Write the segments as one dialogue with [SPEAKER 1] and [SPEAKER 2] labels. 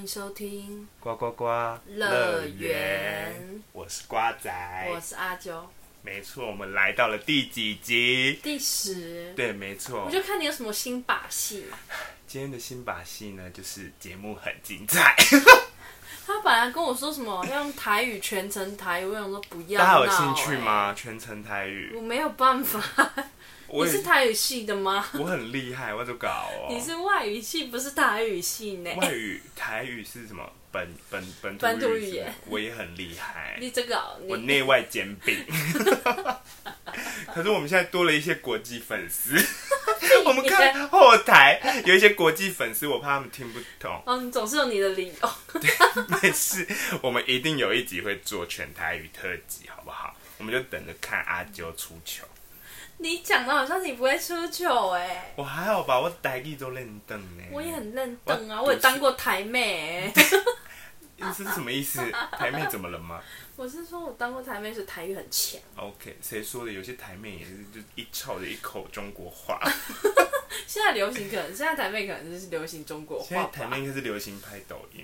[SPEAKER 1] 迎收听
[SPEAKER 2] 呱呱呱
[SPEAKER 1] 乐园，
[SPEAKER 2] 我是瓜仔，
[SPEAKER 1] 我是阿啾。
[SPEAKER 2] 没错，我们来到了第几集？
[SPEAKER 1] 第10。
[SPEAKER 2] 对，没错。
[SPEAKER 1] 我就看你有什么新把戏。
[SPEAKER 2] 今天的新把戏呢，就是节目很精彩。
[SPEAKER 1] 他本来跟我说什么要用台语全程台语，我想说不要。
[SPEAKER 2] 大家有兴趣吗？全程台语？
[SPEAKER 1] 我没有办法。你是台语系的吗？
[SPEAKER 2] 我很厉害，我就搞哦。
[SPEAKER 1] 你是外语系，不是台语系呢？
[SPEAKER 2] 外语台语是什么？本土语言，我也很厉害。
[SPEAKER 1] 你这个，
[SPEAKER 2] 我内外兼并。可是我们现在多了一些国际粉丝。我们看后台有一些国际粉丝，我怕他们听不懂。
[SPEAKER 1] 哦，你总是有你的理由。
[SPEAKER 2] 对，没事，我们一定有一集会做全台语特辑，好不好？我们就等着看阿啾出糗。你
[SPEAKER 1] 讲的好像你不会出糗哎。
[SPEAKER 2] 我还好吧，我台语都认真呢。
[SPEAKER 1] 我也很认真啊，我也当过台妹哎。
[SPEAKER 2] 是什么意思？台妹怎么了吗？
[SPEAKER 1] 我是说我当过台妹，所以台语很强。
[SPEAKER 2] OK， 谁说的？有些台妹也是就一操着一口中国话。
[SPEAKER 1] 现在流行现在台妹可能就是流行中国话吧。
[SPEAKER 2] 现在台妹应该是流行拍抖音。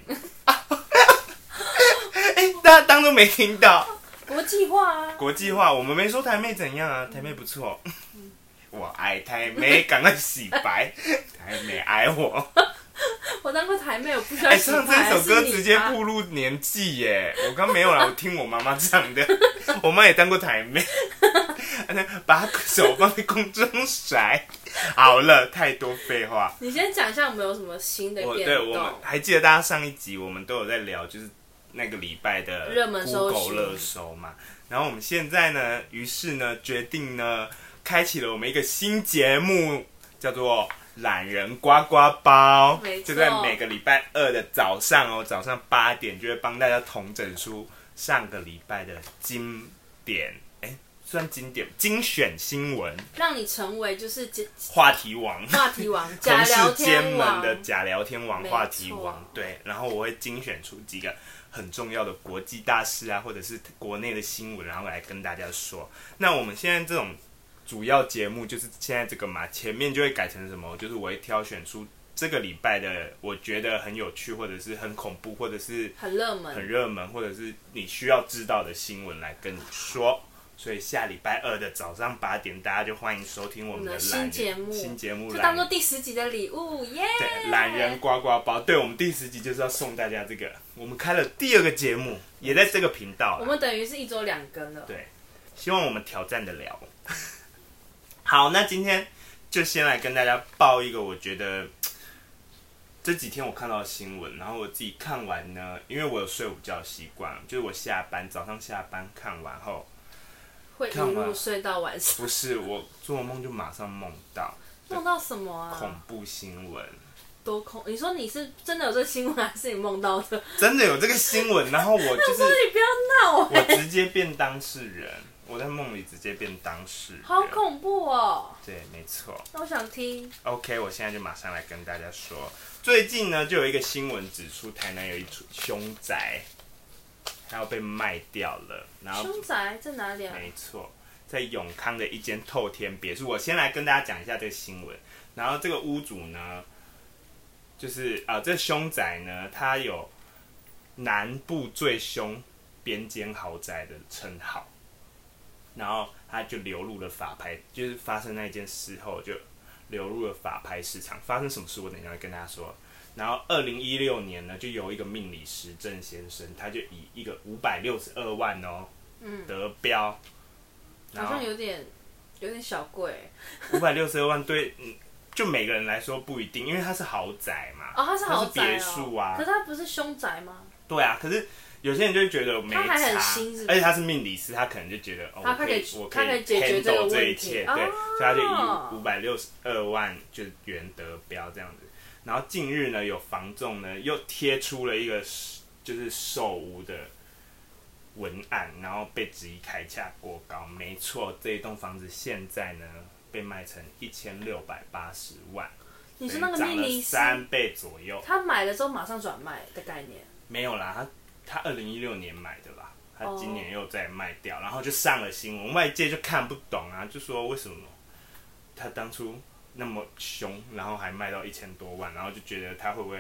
[SPEAKER 2] 大家当都没听到。
[SPEAKER 1] 国际化啊！
[SPEAKER 2] 国际化，我们没说台妹怎样啊，台妹不错。我爱台妹，赶快洗白，台妹爱我。
[SPEAKER 1] 我当过台妹，我不需要洗白。
[SPEAKER 2] 唱这首歌直接暴露年纪耶！我刚没有啦，我听我妈妈唱的。我妈也当过台妹，把手放在空中甩。好了，太多废话。
[SPEAKER 1] 你先讲一下我们有什么新的变动。
[SPEAKER 2] 对，我们还记得大家上一集我们都有在聊，就是那个礼拜的
[SPEAKER 1] 热门搜寻
[SPEAKER 2] Google 热搜嘛。然后我们现在呢，于是呢决定呢，开启了我们一个新节目，叫做懒人呱呱包，就在每个礼拜2的早上早上8点就会帮大家统整出上个礼拜的经典，算经典精选新闻，
[SPEAKER 1] 让你成为就是
[SPEAKER 2] 话题王，
[SPEAKER 1] 假聊天
[SPEAKER 2] 王们的假聊天王，话题王。对，然后我会精选出几个很重要的国际大事啊，或者是国内的新闻，然后来跟大家说。那我们现在这种主要节目就是现在这个嘛，前面就会改成什么？就是我会挑选出这个礼拜的我觉得很有趣，或者是很恐怖，或者是
[SPEAKER 1] 很热门，
[SPEAKER 2] 或者是你需要知道的新闻来跟你说。所以下礼拜2的早上8点，大家就欢迎收听我们的新节目，
[SPEAKER 1] 就当做第10集的礼物耶！
[SPEAKER 2] 对，懒人呱呱包。对，我们第10集就是要送大家这个。我们开了第2个节目，也在这个频道。
[SPEAKER 1] 我们等于是1周2更了。
[SPEAKER 2] 对，希望我们挑战得了。好，那今天就先来跟大家报一个我觉得这几天我看到的新闻，然后我自己看完呢，因为我有睡午觉的习惯，就是我早上下班看完后。
[SPEAKER 1] 会一路睡到晚上？
[SPEAKER 2] 不是，我做梦就马上梦到。
[SPEAKER 1] 梦到什么啊？
[SPEAKER 2] 恐怖新闻。
[SPEAKER 1] 多恐？你说你是真的有这个新闻，还是你梦到的？
[SPEAKER 2] 真的有这个新闻，然后我就是。
[SPEAKER 1] 你不要闹
[SPEAKER 2] 我直接变当事人，我在梦里直接变当事人。
[SPEAKER 1] 好恐怖哦！
[SPEAKER 2] 对，没错。
[SPEAKER 1] 那我想听。
[SPEAKER 2] OK， 我现在就马上来跟大家说，最近呢就有一个新闻指出，台南有一处凶宅。它要被卖掉了，然后
[SPEAKER 1] 凶宅在哪里啊？
[SPEAKER 2] 没错，在永康的一间透天别墅。我先来跟大家讲一下这个新闻。然后这个屋主呢，就是这凶宅呢，它有南部最凶边间豪宅的称号。然后它就流入了法拍，就是发生那件事后就流入了法拍市场。发生什么事，我等一下会跟大家说。然后2016年呢，就有一个命理师郑先生，他就以一个562万得标，
[SPEAKER 1] 好像有点小贵。
[SPEAKER 2] 562万对，就每个人来说不一定，因为它是豪宅嘛。
[SPEAKER 1] 它是豪宅
[SPEAKER 2] 别墅啊。
[SPEAKER 1] 可是它不是凶宅吗？
[SPEAKER 2] 对啊，可是有些人就会觉得没差，
[SPEAKER 1] 他还很新是不是？
[SPEAKER 2] 而且他是命理师，他可能就觉得
[SPEAKER 1] 我可以解决这个问题，
[SPEAKER 2] 这一切，对，所以他就以562万就原得标这样子。然后近日呢，有房仲呢又贴出了一个就是售屋的文案，然后被质疑开价过高。没错，这一栋房子现在呢被卖成1680万。
[SPEAKER 1] 你说那个命理师
[SPEAKER 2] 3倍左右，
[SPEAKER 1] 他买了之后马上转卖的概念？
[SPEAKER 2] 没有啦，他2016年买的啦，他今年又再卖掉，然后就上了新闻，外界就看不懂啊，就说为什么他当初那么凶，然后还卖到1000多万，然后就觉得他会不会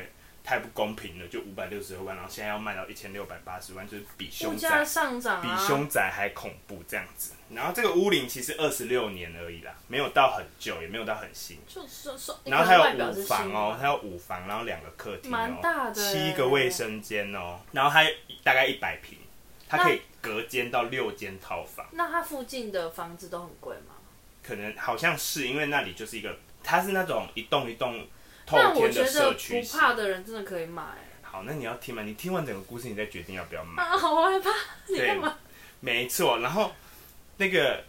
[SPEAKER 2] 太不公平了，就562万，然后现在要卖到1680万，就是比凶
[SPEAKER 1] 物价上涨
[SPEAKER 2] 比凶宅还恐怖这样子。然后这个屋龄其实26年而已啦，没有到很旧，也没有到很新。然后它有5房哦，它有5房，然后2个客厅哦，
[SPEAKER 1] 蛮大的
[SPEAKER 2] 7个卫生间哦，然后它大概100平，它可以隔间到6间套房。
[SPEAKER 1] 那它附近的房子都很贵吗？
[SPEAKER 2] 可能好像是因为那里就是一个，它是那种一栋一栋透天的社区。
[SPEAKER 1] 但我觉得不怕的人真的可以买。
[SPEAKER 2] 好，那你要听吗？你听完整个故事，你再决定要不要买。
[SPEAKER 1] 啊，好害怕！你干嘛？
[SPEAKER 2] 没错，然后那个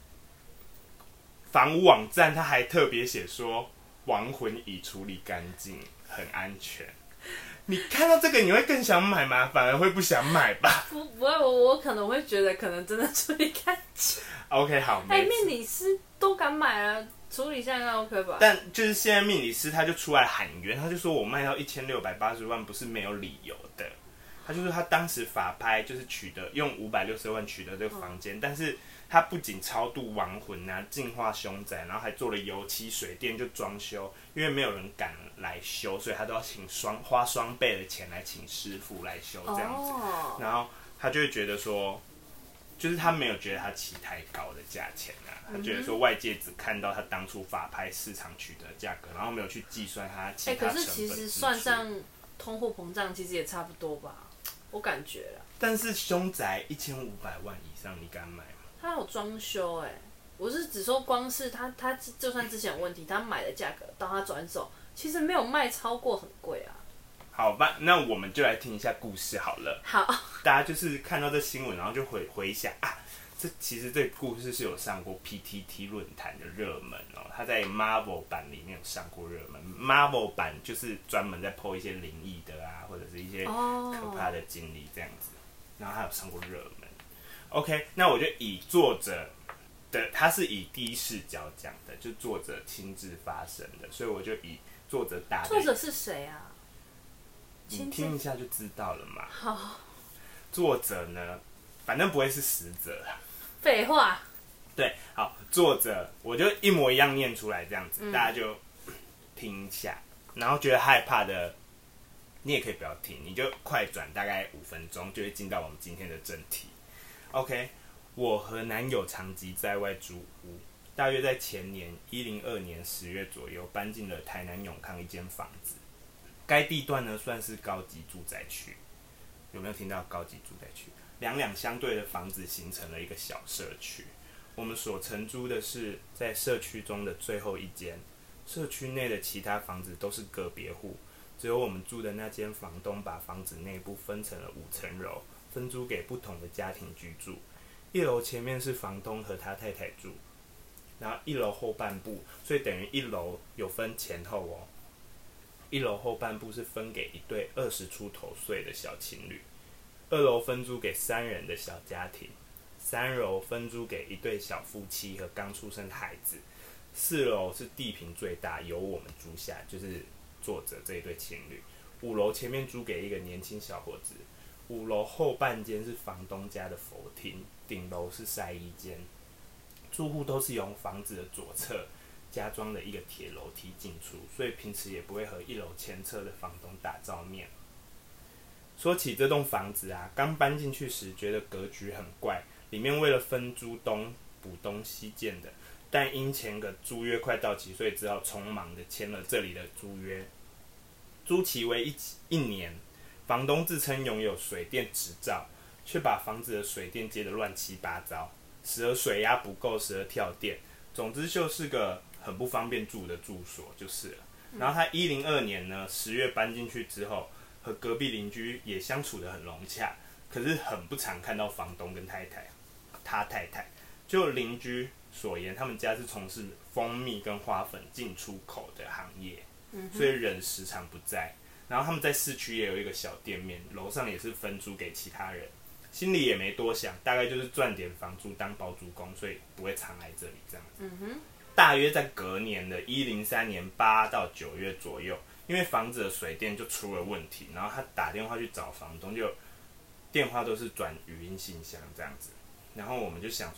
[SPEAKER 2] 房屋网站他还特别写说，亡魂已处理干净，很安全。你看到这个，你会更想买吗？反而会不想买吧？
[SPEAKER 1] 不会，我可能会觉得，可能真的处理干净。
[SPEAKER 2] OK， 好。
[SPEAKER 1] 命理师都敢买了，处理一下应该 OK 吧？
[SPEAKER 2] 但就是现在命理师他就出来喊冤，他就说我卖到1680万不是没有理由的。他就说他当时法拍就是用560万取得这个房间，但是他不仅超度亡魂啊，净化凶宅，然后还做了油漆、水电就装修，因为没有人敢来修，所以他都要花双倍的钱来请师傅来修这样子。然后他就会觉得说，就是他没有觉得他起太高的价钱啊，他觉得说外界只看到他当初法拍市场取得的价格，然后没有去计算他其他成本支出。
[SPEAKER 1] 可是其实算上通货膨胀，其实也差不多吧。我感觉啦，
[SPEAKER 2] 但是凶宅1500万以上，你敢买吗？
[SPEAKER 1] 他有装修我是只说光是他就算之前有问题，他买的价格到他转手，其实没有卖超过很贵啊。
[SPEAKER 2] 好吧，那我们就来听一下故事好了。
[SPEAKER 1] 好，
[SPEAKER 2] 大家就是看到这新闻，然后就回想啊，其实这个故事是有上过 PTT 论坛的热门哦，他在 Marvel 版里面有上过热门。Marvel 版就是专门在 po 一些灵异的啊，或者是一些可怕的经历这样子，然后他有上过热门。OK， 那我就以作者的，他是以第一视角讲的，就作者亲自发生的，所以我就以作者打的。
[SPEAKER 1] 作者是谁啊？
[SPEAKER 2] 你听一下就知道了嘛。
[SPEAKER 1] 好，
[SPEAKER 2] 作者呢，反正不会是死者啦。
[SPEAKER 1] 废话。
[SPEAKER 2] 对，好，作者我就一模一样念出来，这样子，大家就听一下，然后觉得害怕的，你也可以不要听，你就快转大概5分钟，就会进到我们今天的正题。OK， 我和男友长期在外租屋，大约在前年102年10月左右搬进了台南永康一间房子。该地段呢算是高级住宅区，有没有听到高级住宅区？两相对的房子形成了一个小社区。我们所承租的是在社区中的最后一间，社区内的其他房子都是个别户，只有我们住的那间房东把房子内部分成了5层楼，分租给不同的家庭居住。1楼前面是房东和他太太住，然后1楼后半部，所以等于1楼有分前后哦。1楼后半部是分给一对20出头岁的小情侣，2楼分租给3人的小家庭，3楼分租给一对小夫妻和刚出生的孩子，4楼是地坪最大，由我们租下，就是作者这一对情侣。5楼前面租给一个年轻小伙子，5楼后半间是房东家的佛厅，顶楼是晒衣间。住户都是由房子的左侧加装了一个铁楼梯进出，所以平时也不会和1楼前侧的房东打照面。说起这栋房子啊，刚搬进去时觉得格局很怪，里面为了分租补东西建的，但因前个租约快到期，所以只好匆忙的签了这里的租约。租期为一年，房东自称拥有水电执照，却把房子的水电接得乱七八糟，时而水压不够，时而跳电，总之就是个很不方便住的住所就是了。然后他102年呢10月搬进去之后，和隔壁邻居也相处得很融洽，可是很不常看到房东跟他太太。就邻居所言，他们家是从事蜂蜜跟花粉进出口的行业，所以人时常不在。然后他们在市区也有一个小店面，楼上也是分租给其他人。心里也没多想，大概就是赚点房租当包租公，所以不会常来这里这样子。大约在隔年的103年8到9月左右，因为房子的水电就出了问题，然后他打电话去找房东，就电话都是转语音信箱这样子。然后我们就想说，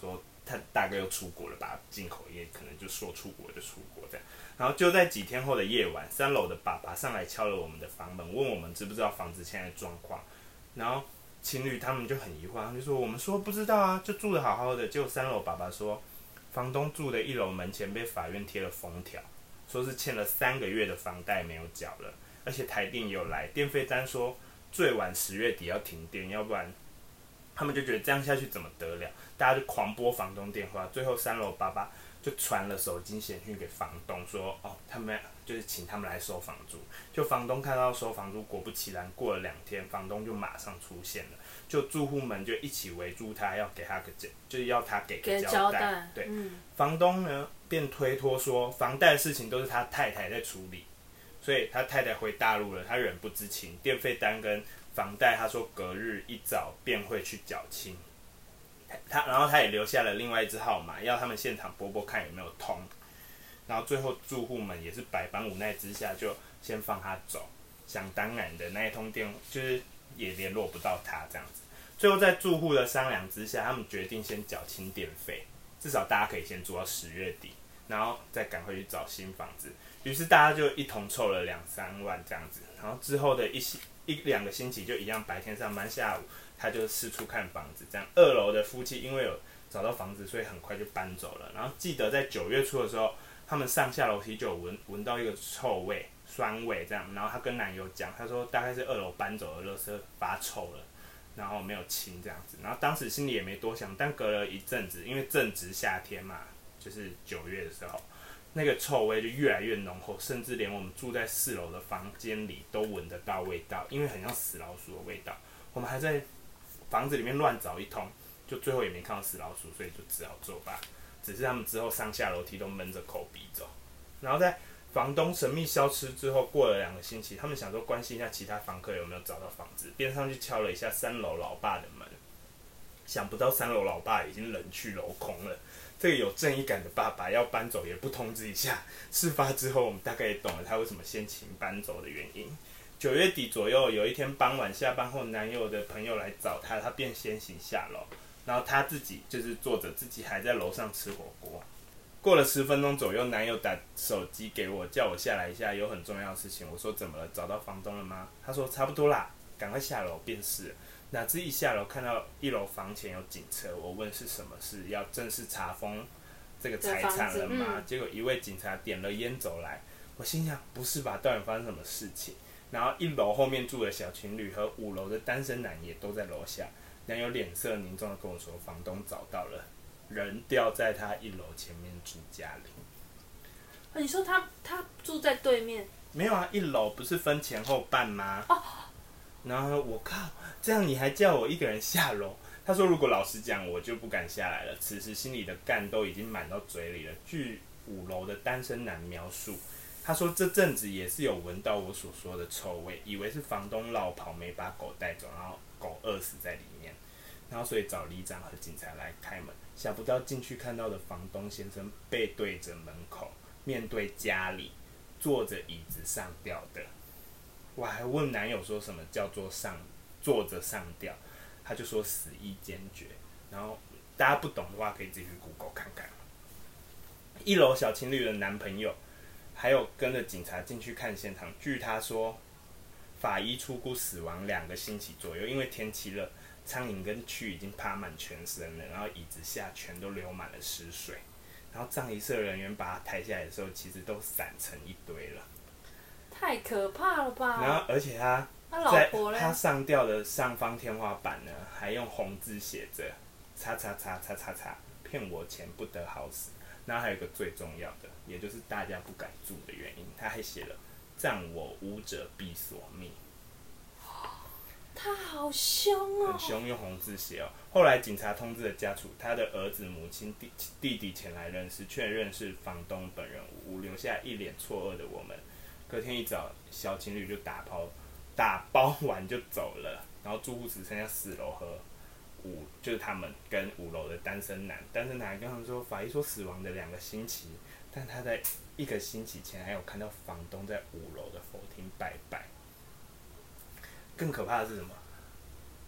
[SPEAKER 2] 他大概又出国了吧，进口业可能就说出国就出国这样。然后就在几天后的夜晚，3楼的爸爸上来敲了我们的房门，问我们知不知道房子现在的状况。然后情侣他们就很疑惑，他们就说我们说不知道啊，就住得好好的。结果3楼爸爸说，房东住的1楼门前被法院贴了封条，说是欠了3个月的房贷没有缴了，而且台电也有来，电费单说最晚10月底要停电，要不然他们就觉得这样下去怎么得了，大家就狂拨房东电话，最后3楼爸爸就传了手机简讯给房东说，他们就是请他们来收房租。就房东看到收房租，果不其然，过了2天，房东就马上出现了，就住户们就一起围住他，要给他个就是要他给个交代。对，房东呢便推脱说，房贷的事情都是他太太在处理，所以他太太回大陆了，他人不知情，电费单跟房贷他说隔日一早便会去缴清。然后他也留下了另外一支号码，要他们现场拨拨看有没有通。然后最后住户们也是百般无奈之下，就先放他走。想当然的那一通电就是也联络不到他这样子。最后在住户的商量之下，他们决定先缴清电费，至少大家可以先住到10月底，然后再赶快去找新房子。于是大家就一同凑了2-3万这样子。然后之后的1-2个星期就一样，白天上班，下午他就四处看房子，这样2楼的夫妻因为有找到房子，所以很快就搬走了。然后记得在9月初的时候，他们上下楼梯就有闻到一个臭味、酸味这样。然后他跟男友讲，他说大概是2楼搬走的垃圾发臭了，然后没有清这样子。然后当时心里也没多想，但隔了一阵子，因为正值夏天嘛，就是9月的时候，那个臭味就越来越浓厚，甚至连我们住在4楼的房间里都闻得到味道，因为很像死老鼠的味道。我们还在房子里面乱找一通，就最后也没看到死老鼠，所以就只好作罢。只是他们之后上下楼梯都闷着口鼻走。然后在房东神秘消失之后，过了2个星期，他们想说关心一下其他房客有没有找到房子，便上去敲了一下3楼老爸的门。想不到3楼老爸已经人去楼空了。这个有正义感的爸爸要搬走也不通知一下。事发之后，我们大概也懂了他为什么先行搬走的原因。9月底左右，有一天傍晚下班后，男友的朋友来找他，他便先行下楼，然后他自己就是坐着，自己还在楼上吃火锅。过了10分钟左右，男友打手机给我，叫我下来一下，有很重要的事情。我说怎么了？找到房东了吗？他说差不多啦，赶快下楼便是了。哪知一下楼看到1楼房前有警车，我问是什么事，要正式查封这个财产了吗？结果一位警察点了烟走来，我心想不是吧，到底发生什么事情？然后1楼后面住的小情侣和5楼的单身男也都在楼下。男友脸色凝重的跟我说，房东找到了，人掉在他1楼前面住家里。
[SPEAKER 1] 你说他住在对面？
[SPEAKER 2] 没有啊，1楼不是分前后半吗？然后我靠，这样你还叫我一个人下楼？他说如果老实讲，我就不敢下来了。此时心里的干都已经满到嘴里了。据5楼的单身男描述，他说这阵子也是有闻到我所说的臭味，以为是房东落跑没把狗带走，然后狗饿死在里面，然后所以找里长和警察来开门。想不到进去看到的房东先生背对着门口，面对家里，坐着椅子上吊的。我还问男友说什么叫做坐着上吊，他就说死意坚决。然后大家不懂的话可以自己去 Google 看看。1楼小情侣的男朋友还有跟着警察进去看现场，据他说，法医初估死亡2个星期左右，因为天气热，苍蝇跟蛆已经爬满全身了，然后椅子下全都流满了湿水。然后葬仪社人员把他抬下来的时候，其实都散成一堆了。
[SPEAKER 1] 太可怕了吧！
[SPEAKER 2] 然后，而且他在他上吊的上方天花板呢，还用红字写着“叉叉叉叉叉叉”，骗我钱不得好死。然后还有一个最重要的，也就是大家不敢住的原因，他还写了“葬我屋者必索命”。
[SPEAKER 1] 他好凶哦！
[SPEAKER 2] 很凶，用红字写哦。后来警察通知了家属，他的儿子、母亲、弟弟前来认识，确认是房东本人无误，留下一脸错愕的我们。隔天一早，小情侣就打包完就走了，然后住户只剩下4楼和就是他们跟5楼的单身男。单身男还跟他们说，法医说死亡的2个星期，但他在1个星期前还有看到房东在5楼的佛厅拜拜。更可怕的是什么？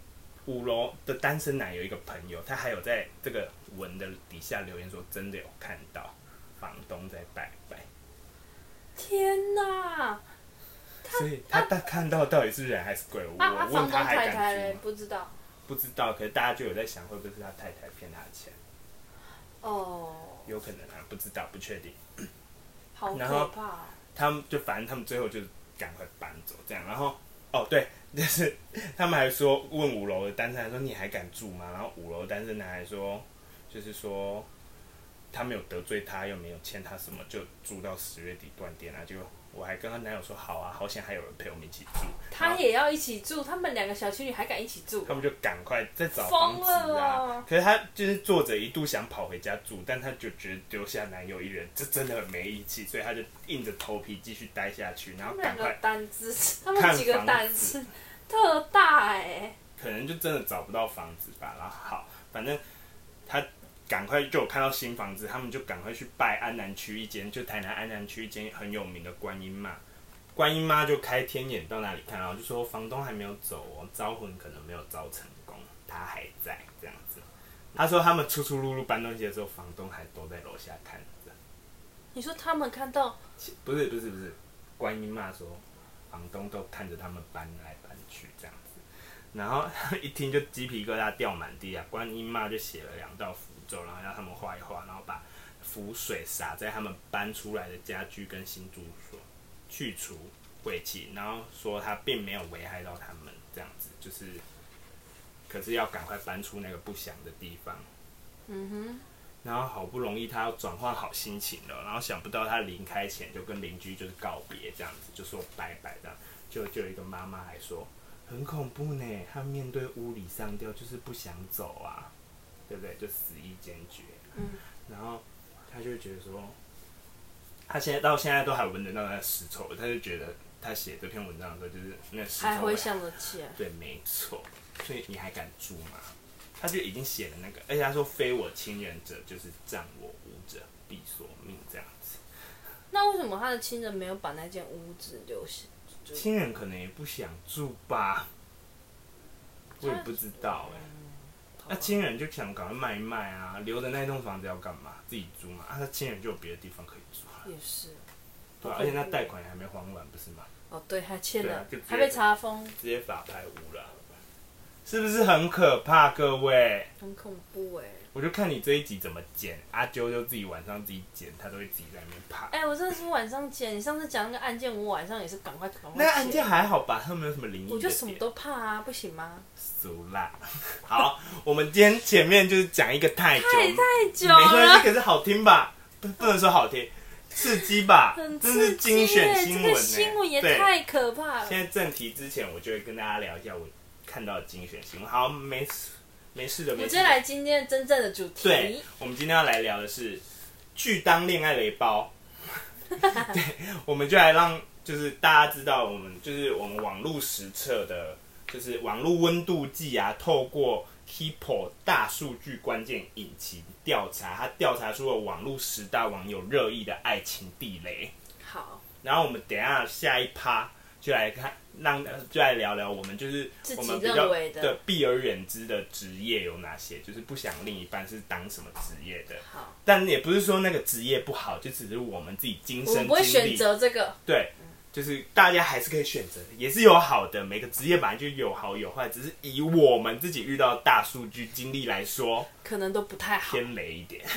[SPEAKER 2] 5楼的单身男有一个朋友，他还有在这个文的底下留言说，真的有看到房东在拜拜。
[SPEAKER 1] 天哪！
[SPEAKER 2] 所以他看到到底是人还是鬼？我问他还敢住吗？
[SPEAKER 1] 不知道。
[SPEAKER 2] 不知道，可是大家就有在想，会不会是他太太骗他的钱？
[SPEAKER 1] 哦。
[SPEAKER 2] 有可能啊，不知道，不确定。
[SPEAKER 1] 好可怕哦。
[SPEAKER 2] 他们就反正他们最后就赶快搬走，这样。然后对，就是他们还说问5楼的单身男说你还敢住吗？然后5楼单身男还说，就是说他没有得罪他，又没有欠他什么，就住到10月底断电啊。结果我还跟他男友说好啊，好险还有人陪我们一起住。
[SPEAKER 1] 他也要一起住，他们2个小情侣还敢一起住？
[SPEAKER 2] 他们就赶快再找房子啊！可是他就是作者一度想跑回家住，但他就觉得丢下男友一人，这真的很没义气，所以他就硬着头皮继续待下去，然后赶快
[SPEAKER 1] 他们几个胆子特大
[SPEAKER 2] 可能就真的找不到房子吧。然后好，反正他赶快就有看到新房子，他们就赶快去拜安南区一间，就台南安南区一间很有名的观音妈。观音妈就开天眼到那里看，然后就说房东还没有走哦，招魂可能没有招成功，他还在这样子。他说他们出入入搬东西的时候，房东还都在楼下看着。
[SPEAKER 1] 你说他们看到？
[SPEAKER 2] 不是，观音妈说房东都看着他们搬来搬去这样子，然后一听就鸡皮疙瘩掉满地啊！观音妈就写了2道符咒，然后让他们画一画，然后把符水洒在他们搬出来的家具跟新住所，去除晦气，然后说他并没有危害到他们，这样子就是，可是要赶快搬出那个不祥的地方。然后好不容易他要转换好心情了，然后想不到他临开前就跟邻居就是告别这样子，就说拜拜这样，就有一个妈妈还说很恐怖呢，他面对屋里上吊就是不想走啊，对不对？就死意坚决。然后他就觉得说，他到现在都还闻得到那尸臭，他就觉得他写这篇文章的时候，就是那尸臭
[SPEAKER 1] 还回想得起来。
[SPEAKER 2] 对，没错。所以你还敢住吗？他就已经写了那个，而且他说非我亲人者，就是占我屋者必索命这样子。
[SPEAKER 1] 那为什么他的亲人没有把那间屋子留下？
[SPEAKER 2] 亲人可能也不想住吧，我也不知道那亲人就想赶快卖一卖啊，留着那栋房子要干嘛？自己租嘛。他亲人就有别的地方可以住了。
[SPEAKER 1] 也是。
[SPEAKER 2] 对而且那贷款也还没还完，不是吗？
[SPEAKER 1] 对，还欠了，还
[SPEAKER 2] 被
[SPEAKER 1] 查封，
[SPEAKER 2] 直接法拍屋了。是不是很可怕，各位？
[SPEAKER 1] 很恐怖
[SPEAKER 2] 我就看你这一集怎么剪，阿啾就自己晚上自己剪，他都会自己在那边爬。
[SPEAKER 1] 我真的是晚上剪。你上次讲那个案件，我晚上也是赶快剪。
[SPEAKER 2] 那个案件还好吧？他没有什么灵异的点。
[SPEAKER 1] 我就什么都怕啊，不行吗？
[SPEAKER 2] 俗啦。好，我们今天前面就是讲一个太久了，
[SPEAKER 1] 没
[SPEAKER 2] 关系，可是好听吧？不能说好听，刺激吧？
[SPEAKER 1] 很
[SPEAKER 2] 刺激，这是精选新闻。这个
[SPEAKER 1] 新闻也太可怕了。
[SPEAKER 2] 现在正题之前，我就会跟大家聊一下我看到的精选新闻。好，没事的。我们接来
[SPEAKER 1] 今天真正的主题。
[SPEAKER 2] 对，我们今天要来聊的是拒当恋爱雷包。对，我们就来让就是大家知道，我们网络实测的，就是网络温度计啊，透过 Keepo 大数据关键引擎调查，它调查出了网络10大网友热议的爱情地雷。
[SPEAKER 1] 好，
[SPEAKER 2] 然后我们等一下一趴就来看。就来聊聊我们就是我们比较的避而远之的职业有哪些，就是不想另一半是当什么职业的。
[SPEAKER 1] 好，
[SPEAKER 2] 但也不是说那个职业不好，就只是我们自己亲身经历。我们
[SPEAKER 1] 不会选择这个。
[SPEAKER 2] 对，就是大家还是可以选择，也是有好的。每个职业本来就有好有坏，只是以我们自己遇到的大数据经历来说，
[SPEAKER 1] 可能都不太好，
[SPEAKER 2] 偏雷一点。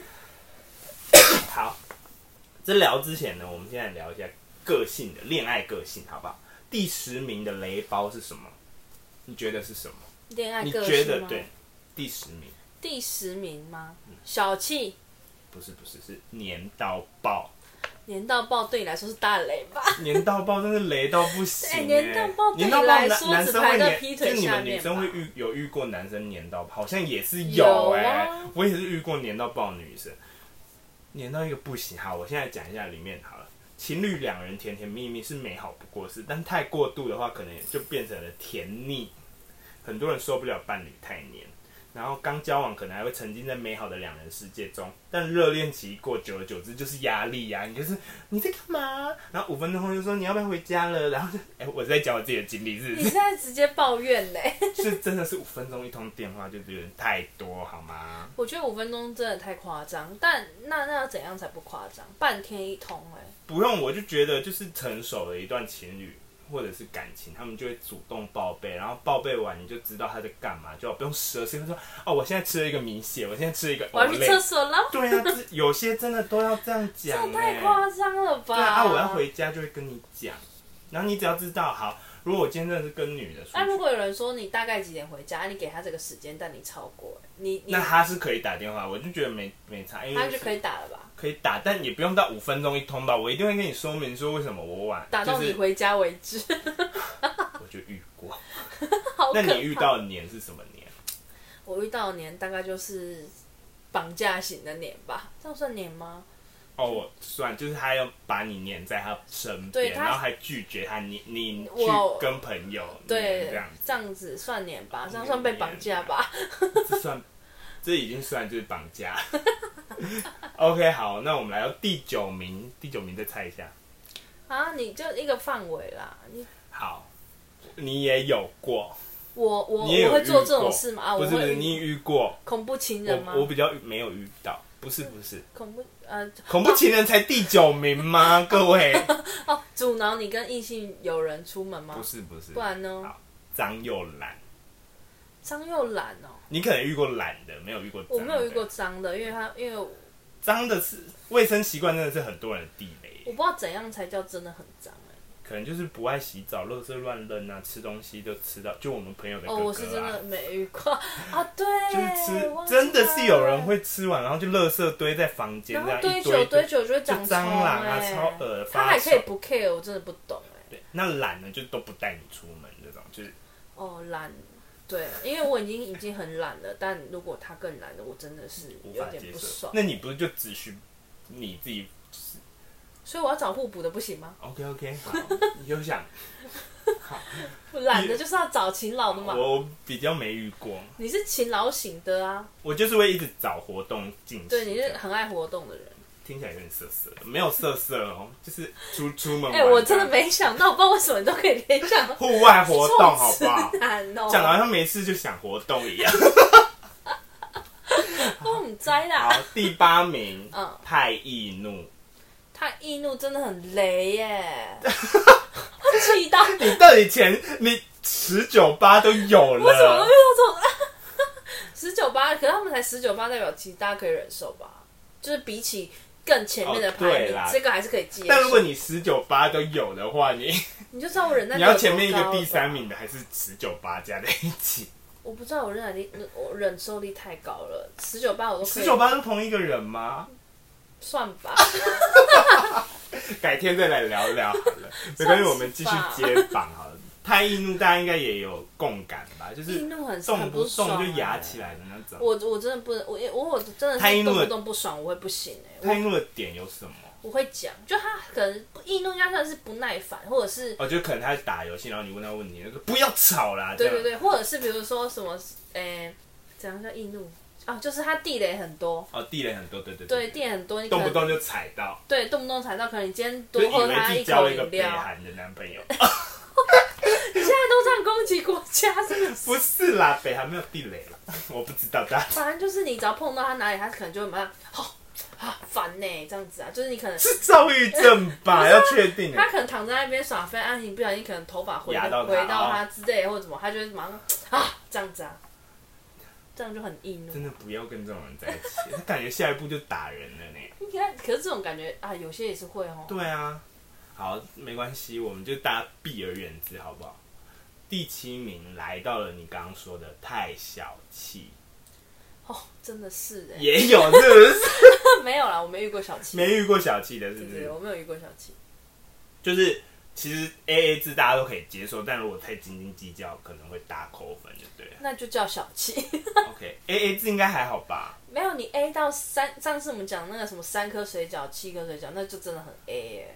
[SPEAKER 2] 好，在聊之前呢，我们现在聊一下个性的恋爱个性，好不好？第10名的雷包是什么？你觉得是什么？
[SPEAKER 1] 恋爱个性吗？
[SPEAKER 2] 你觉得对？第10名。
[SPEAKER 1] 第10名吗？小气？
[SPEAKER 2] 不是，是黏到爆。
[SPEAKER 1] 黏到爆对你来说是大雷吧？
[SPEAKER 2] 黏到爆真是雷到不行。
[SPEAKER 1] 黏到爆对你来说只排在劈腿下面吧？就
[SPEAKER 2] 你们女生会有遇过男生黏到爆，好像也是有我也是遇过黏到爆的女生，黏到一个不行。好，我现在讲一下里面好了。情侣2人甜甜蜜蜜是美好不过事，但太过度的话，可能就变成了甜腻。很多人受不了伴侣太黏， 然后刚交往可能还会沉浸在美好的两人世界中，但热恋期过久而久之就是压力呀、你就是你在干嘛？然后5分钟后就说你要不要回家了？然后就我在讲我自己的经历，是不是？
[SPEAKER 1] 你现在直接抱怨嘞？
[SPEAKER 2] 是真的是5分钟一通电话就有点太多好吗？
[SPEAKER 1] 我觉得5分钟真的太夸张，但那要怎样才不夸张？半天一通
[SPEAKER 2] 不用，我就觉得就是成熟的一段情侣或者是感情，他们就会主动报备，然后报备完你就知道他在干嘛，就不用12时说哦，我现在吃了一个米血，我现在吃了一个
[SPEAKER 1] 我要去厕所了。
[SPEAKER 2] 对啊，有些真的都要这样讲，
[SPEAKER 1] 这太夸张了吧？
[SPEAKER 2] 对啊，我要回家就会跟你讲，然后你只要知道，好，如果我今天真的是跟女的出去，
[SPEAKER 1] 如果有人说你大概几点回家，你给他这个时间，但你超过，
[SPEAKER 2] 那他是可以打电话，我就觉得没差，因为
[SPEAKER 1] 他就可以打了吧？
[SPEAKER 2] 可以打，但也不用到5分钟一通吧。我一定会跟你说明说为什么我晚，
[SPEAKER 1] 打到你回家为止。
[SPEAKER 2] 我就遇过。
[SPEAKER 1] 好可怕。
[SPEAKER 2] 那你遇到的年是什么年？
[SPEAKER 1] 我遇到的年大概就是绑架型的年吧，这样算年吗？
[SPEAKER 2] 哦，算，就是他要把你黏在他身边，然后还拒绝他，你去跟朋友，
[SPEAKER 1] 对，
[SPEAKER 2] 这样
[SPEAKER 1] 子算年吧，这样算被绑架吧？
[SPEAKER 2] 这已经算就是绑架。OK， 好，那我们来到第9名，第9名再猜一下。
[SPEAKER 1] 啊，你就一个范围啦。
[SPEAKER 2] 好，你也有过。
[SPEAKER 1] 我会做这种事吗？啊，
[SPEAKER 2] 不是，你遇过
[SPEAKER 1] 恐怖情人吗？
[SPEAKER 2] 我比较没有遇到，不是
[SPEAKER 1] 恐
[SPEAKER 2] 怖情人才第9名吗？各位。
[SPEAKER 1] 哦，阻挠你跟异性友人出门吗？
[SPEAKER 2] 不是，
[SPEAKER 1] 不然呢？
[SPEAKER 2] 好，脏又懒。
[SPEAKER 1] 脏又懒哦。
[SPEAKER 2] 你可能遇过懒的，没有遇过脏的。
[SPEAKER 1] 我没有遇过脏的，因为
[SPEAKER 2] 脏的是卫生习惯，真的是很多人的地雷。
[SPEAKER 1] 我不知道怎样才叫真的很脏
[SPEAKER 2] 可能就是不爱洗澡，垃圾乱扔啊，吃东西就吃到，就我们朋友的哥哥
[SPEAKER 1] 我是真的没遇过啊，对，
[SPEAKER 2] 就是真的是有人会吃完，然后就垃圾堆在房间，
[SPEAKER 1] 然后堆久就会长
[SPEAKER 2] 蟑螂啊，超恶
[SPEAKER 1] 他还可以不 care， 我真的不懂
[SPEAKER 2] 对，那懒呢，就都不带你出门这种，就是
[SPEAKER 1] 懒。对，因为我已经很懒了，但如果他更懒了，我真的是有点不爽。
[SPEAKER 2] 那你不是就只需你自己？
[SPEAKER 1] 所以我要找互补的，不行吗
[SPEAKER 2] ？OK， 好，你就想，好，
[SPEAKER 1] 懒的就是要找勤劳的嘛。
[SPEAKER 2] 我比较没遇过。
[SPEAKER 1] 你是勤劳型的啊。
[SPEAKER 2] 我就是会一直找活动进行。
[SPEAKER 1] 对，你是很爱活动的人。
[SPEAKER 2] 听起来有点色色的，没有色色哦，就是出门玩。
[SPEAKER 1] 我真的没想到，我不知道为什么你都可以联想
[SPEAKER 2] 户外活动，好不好？
[SPEAKER 1] 讲
[SPEAKER 2] 好像没事就想活动一样。
[SPEAKER 1] 我唔知啦。
[SPEAKER 2] 好，第8名，太易怒。
[SPEAKER 1] 太易怒真的很雷耶，气到
[SPEAKER 2] 你到底你19+8都有了，
[SPEAKER 1] 我怎么都遇到这种19+8？可是他们才19+8，代表其实大家可以忍受吧？就是比起更前面的排名，这个还是可以接受。
[SPEAKER 2] 但如果你19+8都有的话，你
[SPEAKER 1] 就知道我忍耐力
[SPEAKER 2] 你要前面一个第3名的，还是19+8加在一起？
[SPEAKER 1] 我不知道我忍受力太高了，19+8我都可以。
[SPEAKER 2] 19+8都同一个人吗？
[SPEAKER 1] 算吧，
[SPEAKER 2] 改天再来聊聊好了。没关系，我们继续接榜好了。太易怒，大家应该也有共感吧？就是
[SPEAKER 1] 易怒
[SPEAKER 2] 动不
[SPEAKER 1] 爽
[SPEAKER 2] 动就压起来的那种。
[SPEAKER 1] 我真的不能，我真的是动不动不爽，我会不行
[SPEAKER 2] 太易怒的点有什么？
[SPEAKER 1] 我会讲，就他可能易怒，应该算是不耐烦，或者是
[SPEAKER 2] 就可能他打游戏，然后你问他问题，他说不要吵啦。
[SPEAKER 1] 对，或者是比如说什么，怎样叫易怒？就是他地雷很多。
[SPEAKER 2] 地雷很多，对。
[SPEAKER 1] 对，地雷很多，你
[SPEAKER 2] 动不动就踩到。
[SPEAKER 1] 对，动不动踩到，可能你今天多喝他一口饮料。
[SPEAKER 2] 交了一个北韩的男朋友。
[SPEAKER 1] 你现在都这样攻击国家，是不是？
[SPEAKER 2] 不是啦，北韩没有地雷啦，我不知道的。
[SPEAKER 1] 反正就是你只要碰到他哪里，他可能就会马上烦呢，这样子啊，就是你可能
[SPEAKER 2] 是躁郁症吧？要确定。
[SPEAKER 1] 他可能躺在那边耍飞，安心不小心可能头发回到他之类或者什么，他就会马上这样子啊。这样就很易怒，
[SPEAKER 2] 真的不要跟这种人在一起，他感觉下一步就打人了呢。
[SPEAKER 1] 可是这种感觉有些也是会哦。
[SPEAKER 2] 对啊，好，没关系，我们就大家避而远之，好不好？第7名来到了你刚刚说的太小气。
[SPEAKER 1] 真的是
[SPEAKER 2] 也有，是不是？
[SPEAKER 1] 没有啦，我没遇过小气。
[SPEAKER 2] 没遇过小气的，是不是？
[SPEAKER 1] 对，我没有遇过小气。
[SPEAKER 2] 就是其实 AA 制大家都可以接受，但如果太斤斤计较，可能会大扣分，就对了。
[SPEAKER 1] 那就叫小气。
[SPEAKER 2] OK，AA 制应该还好吧？
[SPEAKER 1] 没有，你 A 到3，上次我们讲那个什么3颗水饺、7颗水饺，那就真的很 A 耶。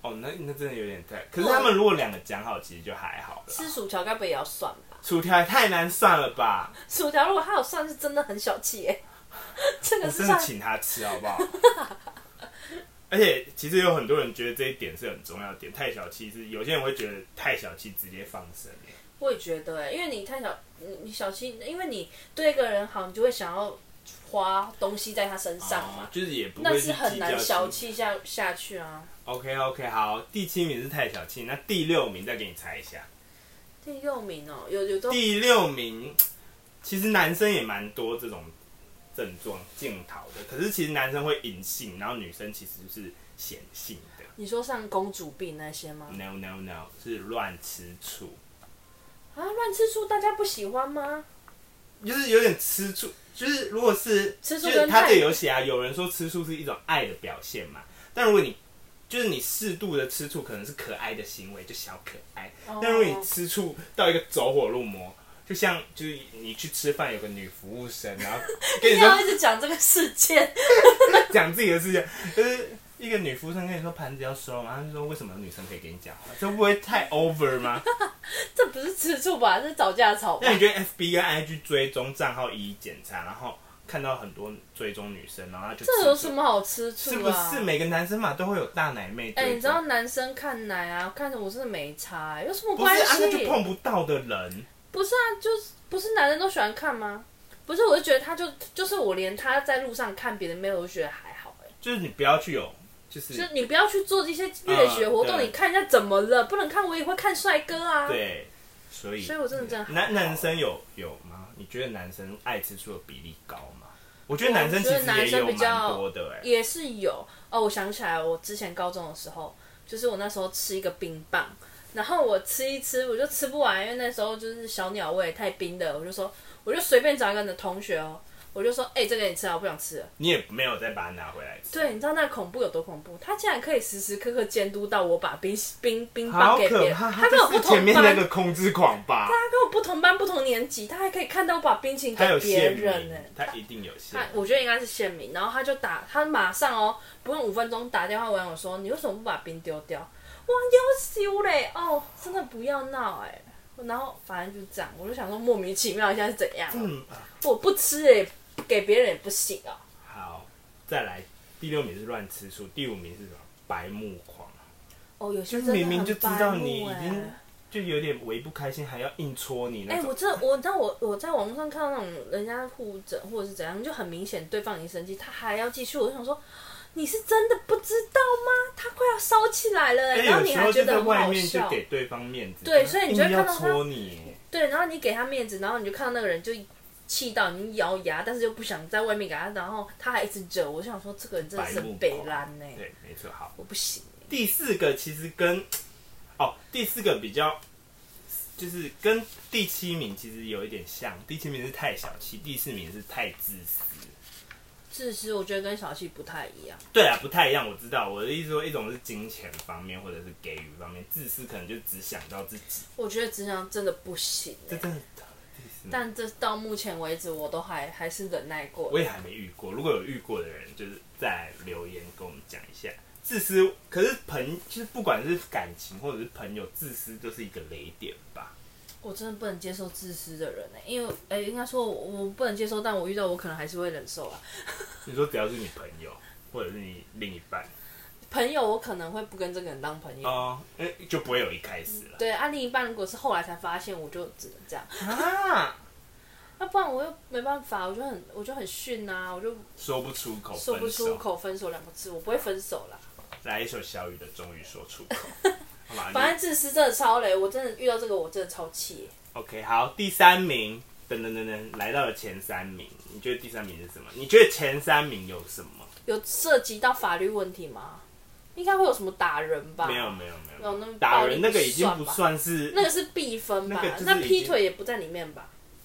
[SPEAKER 2] 哦，那真的有点太。可是他们如果两个讲好，其实就还好了。
[SPEAKER 1] 吃薯条该不会也要算吧？
[SPEAKER 2] 薯条也太难算了吧？
[SPEAKER 1] 薯条如果他有算，是真的很小气耶。这个
[SPEAKER 2] 我
[SPEAKER 1] 是算
[SPEAKER 2] 真的请他吃好不好？而且其实有很多人觉得这一点是很重要的点，太小气是有些人会觉得太小气直接放生。
[SPEAKER 1] 我也觉得，因为你太你小气，因为你对一个人好，你就会想要花东西在他身上嘛，
[SPEAKER 2] 就是也不会
[SPEAKER 1] 那是很难小
[SPEAKER 2] 气
[SPEAKER 1] 气下去啊。
[SPEAKER 2] OK， 好，第7名是太小气，那第6名再给你猜一下。
[SPEAKER 1] 第6名哦，有都
[SPEAKER 2] 第6名，其实男生也蛮多这种症状镜头的，可是其实男生会隐性，然后女生其实是显性的。
[SPEAKER 1] 你说像公主病那些吗
[SPEAKER 2] ？No， 是乱吃醋。
[SPEAKER 1] 啊，乱吃醋大家不喜欢吗？
[SPEAKER 2] 就是有点吃醋，就是如果是
[SPEAKER 1] 吃醋
[SPEAKER 2] 就是他这有写啊，有人说吃醋是一种爱的表现嘛，但如果你就是你适度的吃醋，可能是可爱的行为，就小可爱。但如果你吃醋到一个走火入魔，就像就是你去吃饭有个女服务生，然后跟你说
[SPEAKER 1] 要一直讲这个事件，
[SPEAKER 2] 讲自己的事情，就是一个女服务生跟你说盘子要收嘛，她就说为什么女生可以跟你讲话，这不会太 over 吗？
[SPEAKER 1] 这不是吃醋吧？这是吵架吵吧？
[SPEAKER 2] 那你觉得 FB 跟 IG 追踪账号一一检查，然后看到很多追踪女生，然后他就
[SPEAKER 1] 这有什么好吃醋啊？
[SPEAKER 2] 是不是每个男生嘛都会有大奶妹？
[SPEAKER 1] 你知道男生看奶啊，看着我真的没差，有什么关系？
[SPEAKER 2] 不是啊，那就碰不到的人。
[SPEAKER 1] 不是啊，就是不是男人都喜欢看吗？不是，我就觉得他就是我连他在路上看别的妹，我都觉得还好
[SPEAKER 2] 就是你不要去有，就是
[SPEAKER 1] 你不要去做这些乐学活动，你看一下怎么了？不能看我也会看帅哥啊。
[SPEAKER 2] 对，所以
[SPEAKER 1] 我真的
[SPEAKER 2] 男生有吗？你觉得男生爱吃醋的比例高吗？我觉得男生其实也有蛮多的
[SPEAKER 1] 也是有哦。我想起来，我之前高中的时候，就是我那时候吃一个冰棒，然后我吃一吃我就吃不完，因为那时候就是小鸟胃太冰的，我就随便找一个同学哦，我就说这个你吃啊，我不想吃了。
[SPEAKER 2] 你也没有再把它拿回来吃。
[SPEAKER 1] 对，你知道那恐怖有多恐怖？他竟然可以时时刻刻监督到我把冰棒给别人，他跟我不同班，
[SPEAKER 2] 前面那个控制狂吧？
[SPEAKER 1] 他跟我不同班不同年级，他还可以看到我把冰淇淋给别人呢。
[SPEAKER 2] 他一定有限名，
[SPEAKER 1] 我觉得应该是限名。然后他马上不用5分钟打电话问我说：“你为什么不把冰丢掉？”哇，优秀嘞！哦，真的不要闹然后反正就这样，我就想说莫名其妙一下是怎样？我不吃给别人也不行啊。
[SPEAKER 2] 好，再来第6名是乱吃醋，第5名是什么？白目狂。
[SPEAKER 1] 有些
[SPEAKER 2] 就是明明就知道你已经就有点微不开心，还要硬戳你那种。
[SPEAKER 1] 我知道我在网络上看到那种人家互整或者是怎样，就很明显对方已经生气，他还要继续，我就想说。你是真的不知道吗？他快要烧起来了，然后你还觉得很好笑。
[SPEAKER 2] 有时候就在外面就给对方面子，
[SPEAKER 1] 对，所以你就会看到他
[SPEAKER 2] 戳你。
[SPEAKER 1] 对，然后你给他面子，然后你就看到那个人就气到你咬牙，但是又不想在外面给他，然后他还一直惹，我就想说这个人真的是北烂呢。
[SPEAKER 2] 对，没错，好，
[SPEAKER 1] 我不行。
[SPEAKER 2] 第4个其实第4个比较就是跟第7名其实有一点像，第7名是太小气，第4名是太自私。
[SPEAKER 1] 自私，我觉得跟小气不太一样。
[SPEAKER 2] 对啊，不太一样，我知道。我的意思说，一种是金钱方面，或者是给予方面，自私可能就只想到自己。
[SPEAKER 1] 我觉得只想真的不行。
[SPEAKER 2] 这真的。
[SPEAKER 1] 但这到目前为止，我都还是忍耐过。
[SPEAKER 2] 我也还没遇过，如果有遇过的人，就是再来留言跟我们讲一下。自私，可是就是不管是感情或者是朋友，自私就是一个雷点吧。
[SPEAKER 1] 我真的不能接受自私的人因为应该说我不能接受，但我遇到我可能还是会忍受啊。
[SPEAKER 2] 你说只要是你朋友或者是你另一半，
[SPEAKER 1] 朋友我可能会不跟这个人当朋友
[SPEAKER 2] 就不会有一开始了。
[SPEAKER 1] 对另一半如果是后来才发现，我就只能这样
[SPEAKER 2] 啊。
[SPEAKER 1] 要不然我又没办法，我就很逊啊，我就
[SPEAKER 2] 说不出口
[SPEAKER 1] 分手2个字，我不会分手啦。
[SPEAKER 2] 来一首小雨的《终于说出口》。
[SPEAKER 1] 反正自私真的超雷，我真的遇到这个我真的超气。
[SPEAKER 2] OK， 好，第3名，来到了前3名，你觉得第3名是什么？你觉得前3名有什么？
[SPEAKER 1] 有涉及到法律问题吗？应该会有什么打人吧？
[SPEAKER 2] 没有，
[SPEAKER 1] 那
[SPEAKER 2] 打人那个已经不算是，
[SPEAKER 1] 那个是必分吧？那劈腿也不在里面吧？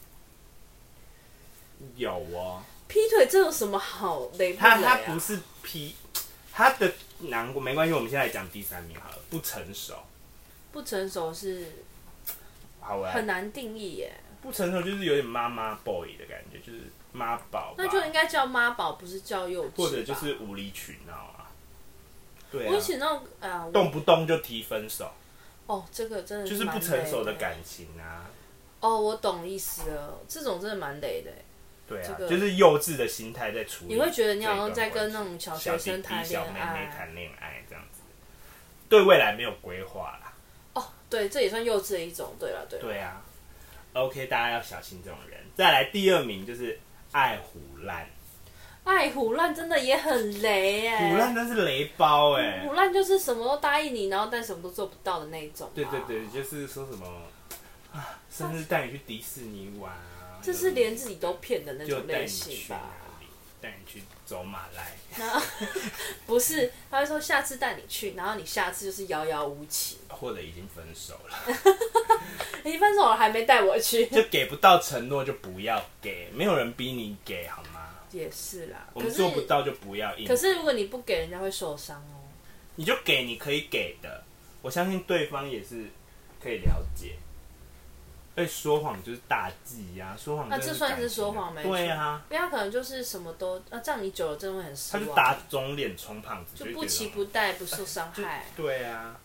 [SPEAKER 2] 有哦。
[SPEAKER 1] 劈腿这有什么好雷不雷啊？
[SPEAKER 2] 他不是劈，他的难过没关系，我们现在来讲第3名好了，不成熟。不成熟
[SPEAKER 1] 是很难定义耶。
[SPEAKER 2] 不成熟就是有点妈妈 boy 的感觉，就是妈宝。
[SPEAKER 1] 那就应该叫妈宝，不是叫幼稚。
[SPEAKER 2] 或者就是无理取闹啊。 对啊，
[SPEAKER 1] 我以前那种
[SPEAKER 2] 动不动就提分手，
[SPEAKER 1] 这个真的
[SPEAKER 2] 就是不成熟的感情啊。
[SPEAKER 1] 我懂意思了，这种真的蛮累的。
[SPEAKER 2] 对啊，
[SPEAKER 1] 这个
[SPEAKER 2] 就是幼稚的心态在处理。
[SPEAKER 1] 你会觉得你好像在跟那种小学生谈恋爱、
[SPEAKER 2] 小妹妹谈恋爱这样子，对未来没有规划啦。
[SPEAKER 1] 对，这也算幼稚的一种。对了。
[SPEAKER 2] 对啊 ，OK， 大家要小心这种人。再来第二名就是爱唬烂。
[SPEAKER 1] 爱唬烂真的也很雷哎，
[SPEAKER 2] 唬烂真是雷包哎，
[SPEAKER 1] 唬烂就是什么都答应你，然后但什么都做不到的那一种。
[SPEAKER 2] 对，就是说什么生日带你去迪士尼玩啊，
[SPEAKER 1] 这是连自己都骗的那种类型吧？
[SPEAKER 2] 带你去走马来，
[SPEAKER 1] 不是，他会说下次带你去，然后你下次就是遥遥无期，
[SPEAKER 2] 或者已经分手了，
[SPEAKER 1] 已经分手了还没带我去，
[SPEAKER 2] 就给不到承诺就不要给，没有人逼你给好吗？
[SPEAKER 1] 也是啦，
[SPEAKER 2] 我们做不到就不要硬。
[SPEAKER 1] 可是如果你不给，人家会受伤哦。
[SPEAKER 2] 你就给你可以给的，我相信对方也是可以了解。说谎就是大忌呀，说谎
[SPEAKER 1] 这算是说谎没错。
[SPEAKER 2] 对啊，
[SPEAKER 1] 因为他可能就是什么都这样你久了真的会很失望。
[SPEAKER 2] 他就打肿脸充胖子，
[SPEAKER 1] 就不期不待，不受伤害。
[SPEAKER 2] 对啊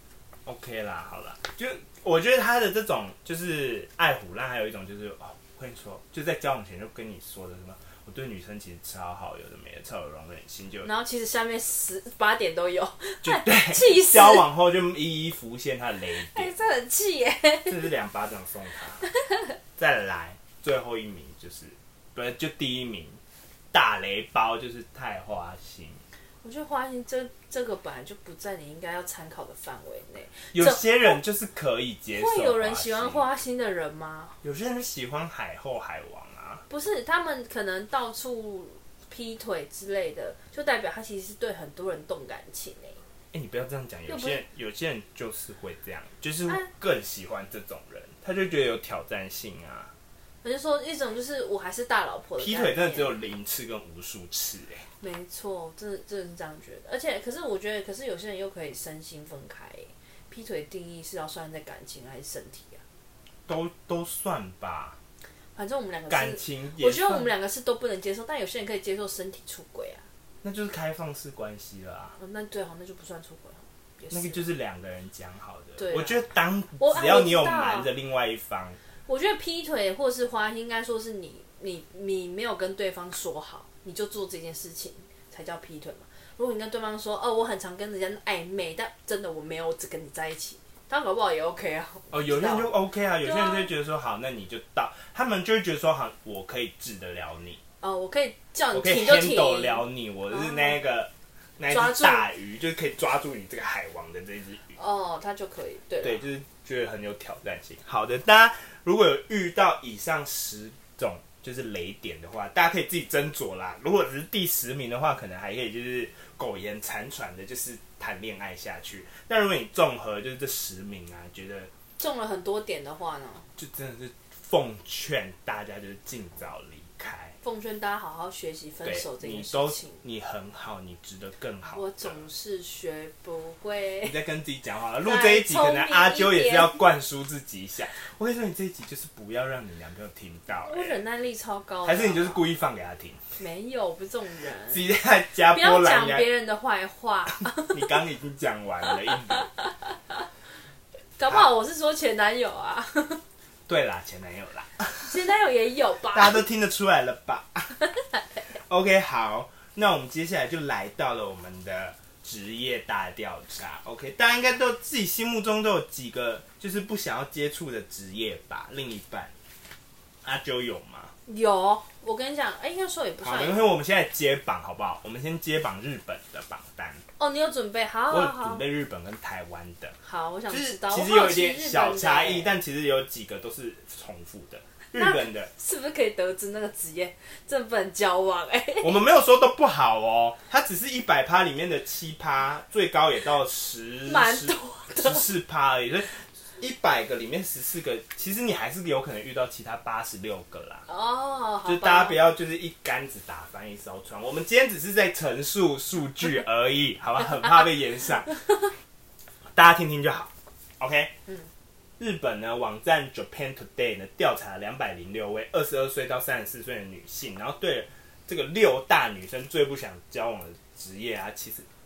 [SPEAKER 2] ，OK 啦，好啦，就我觉得他的这种就是爱唬烂，还有一种就是我跟你说，就在交往前就跟你说的什么，我对女生其实超好，有的没的，超有容忍心，就
[SPEAKER 1] 然后其实下面8点都有，
[SPEAKER 2] 就对，
[SPEAKER 1] 气死！
[SPEAKER 2] 交往后就一一浮现他的雷点，
[SPEAKER 1] 这很气耶！
[SPEAKER 2] 这是2巴掌送他。再来最后一名就第一名大雷包就是太花心。
[SPEAKER 1] 我觉得花心这个本来就不在你应该要参考的范围内。
[SPEAKER 2] 有些人就是可以接受，
[SPEAKER 1] 会有人喜欢花心的人吗？
[SPEAKER 2] 有些人喜欢海后海王啊，
[SPEAKER 1] 不是，他们可能到处劈腿之类的，就代表他其实是对很多人动感情
[SPEAKER 2] 你不要这样讲，有些人就是会这样，就是更喜欢这种人，他就觉得有挑战性啊。
[SPEAKER 1] 我就说一种就是我还是大老婆的
[SPEAKER 2] 劈腿真的只有0次跟无数次
[SPEAKER 1] 没错，真的是这样觉得。而且，可是我觉得，可是有些人又可以身心分开劈腿定义是要算在感情还是身体啊？
[SPEAKER 2] 都算吧。
[SPEAKER 1] 反正我们两个
[SPEAKER 2] 感情也，
[SPEAKER 1] 我觉得我们两个是都不能接受，但有些人可以接受身体出轨啊。
[SPEAKER 2] 那就是开放式关系了啊。
[SPEAKER 1] 那最好那就不算出轨
[SPEAKER 2] 那个就是2个人讲好的。
[SPEAKER 1] 对，
[SPEAKER 2] 我觉得只要你有瞒着另外一方，
[SPEAKER 1] 我觉得劈腿或是花心，应该说是你没有跟对方说好，你就做这件事情才叫劈腿嘛。如果你跟对方说，我很常跟人家暧昧，但真的我没有，我只跟你在一起，他搞不好也 OK 啊。
[SPEAKER 2] 有些人就 OK 啊，有些人就会觉得说好，那你就到，他们就会觉得说好，我可以治得了你。
[SPEAKER 1] 我可以叫你停
[SPEAKER 2] 就
[SPEAKER 1] 停，
[SPEAKER 2] 我可以 handle 了你，我是那一只大鱼，就是可以抓住你这个海王的这只鱼。
[SPEAKER 1] 他就可以，对，
[SPEAKER 2] 就是觉得很有挑战性。好的，大家如果有遇到以上10种就是雷点的话，大家可以自己斟酌啦。如果只是第10名的话，可能还可以就是苟延残喘的，就是谈恋爱下去。但如果你综合就是这10名啊，觉得
[SPEAKER 1] 中了很多点的话呢，
[SPEAKER 2] 就真的是奉劝大家就是尽早离开。
[SPEAKER 1] 奉劝大家好好学习分手这件事情。
[SPEAKER 2] 你很好，你值得更好。
[SPEAKER 1] 我总是学不会。
[SPEAKER 2] 你在跟自己讲话了。录这一集，可能阿啾也是要灌输自己一下。我跟你说，你这一集就是不要让你男朋友听到。
[SPEAKER 1] 我忍耐力超高。
[SPEAKER 2] 还是你就是故意放给他听？
[SPEAKER 1] 没有，我不是这种人。
[SPEAKER 2] 直接在加波
[SPEAKER 1] 兰。不要讲别人的坏话。
[SPEAKER 2] 你刚已经讲完了，印度。
[SPEAKER 1] 搞不好我是说前男友啊。
[SPEAKER 2] 对啦，前男友啦，
[SPEAKER 1] 前男友也有吧？
[SPEAKER 2] 大家都听得出来了吧？OK， 好，那我们接下来就来到了我们的职业大调查。OK， 大家应该都自己心目中都有几个就是不想要接触的职业吧？另一半，阿啾有吗？
[SPEAKER 1] 有，我跟你讲，应该说也不算。
[SPEAKER 2] 好，没关系，我们现在接榜好不好？我们先接榜日本的榜单。
[SPEAKER 1] 你有准备？好，
[SPEAKER 2] 我有准备日本跟台湾的。
[SPEAKER 1] 好，我想知道。
[SPEAKER 2] 其实有一点小差异，但其实有几个都是重复的。日本的
[SPEAKER 1] 是不是可以得知那个职业真的不能交往？
[SPEAKER 2] 我们没有说都不好哦，它只是100%里面的7%，最高也到
[SPEAKER 1] 蛮多的
[SPEAKER 2] 14%而已。所以100个里面14个，其实你还是有可能遇到其他86个啦。就大家不要就是一竿子打翻一艘船。我们今天只是在陈述数据而已，好吧？很怕被延上，大家听听就好。OK，日本呢网站 Japan Today 呢调查了206位22岁到34岁的女性，然后对这个6大女生最不想交往的职业啊，其实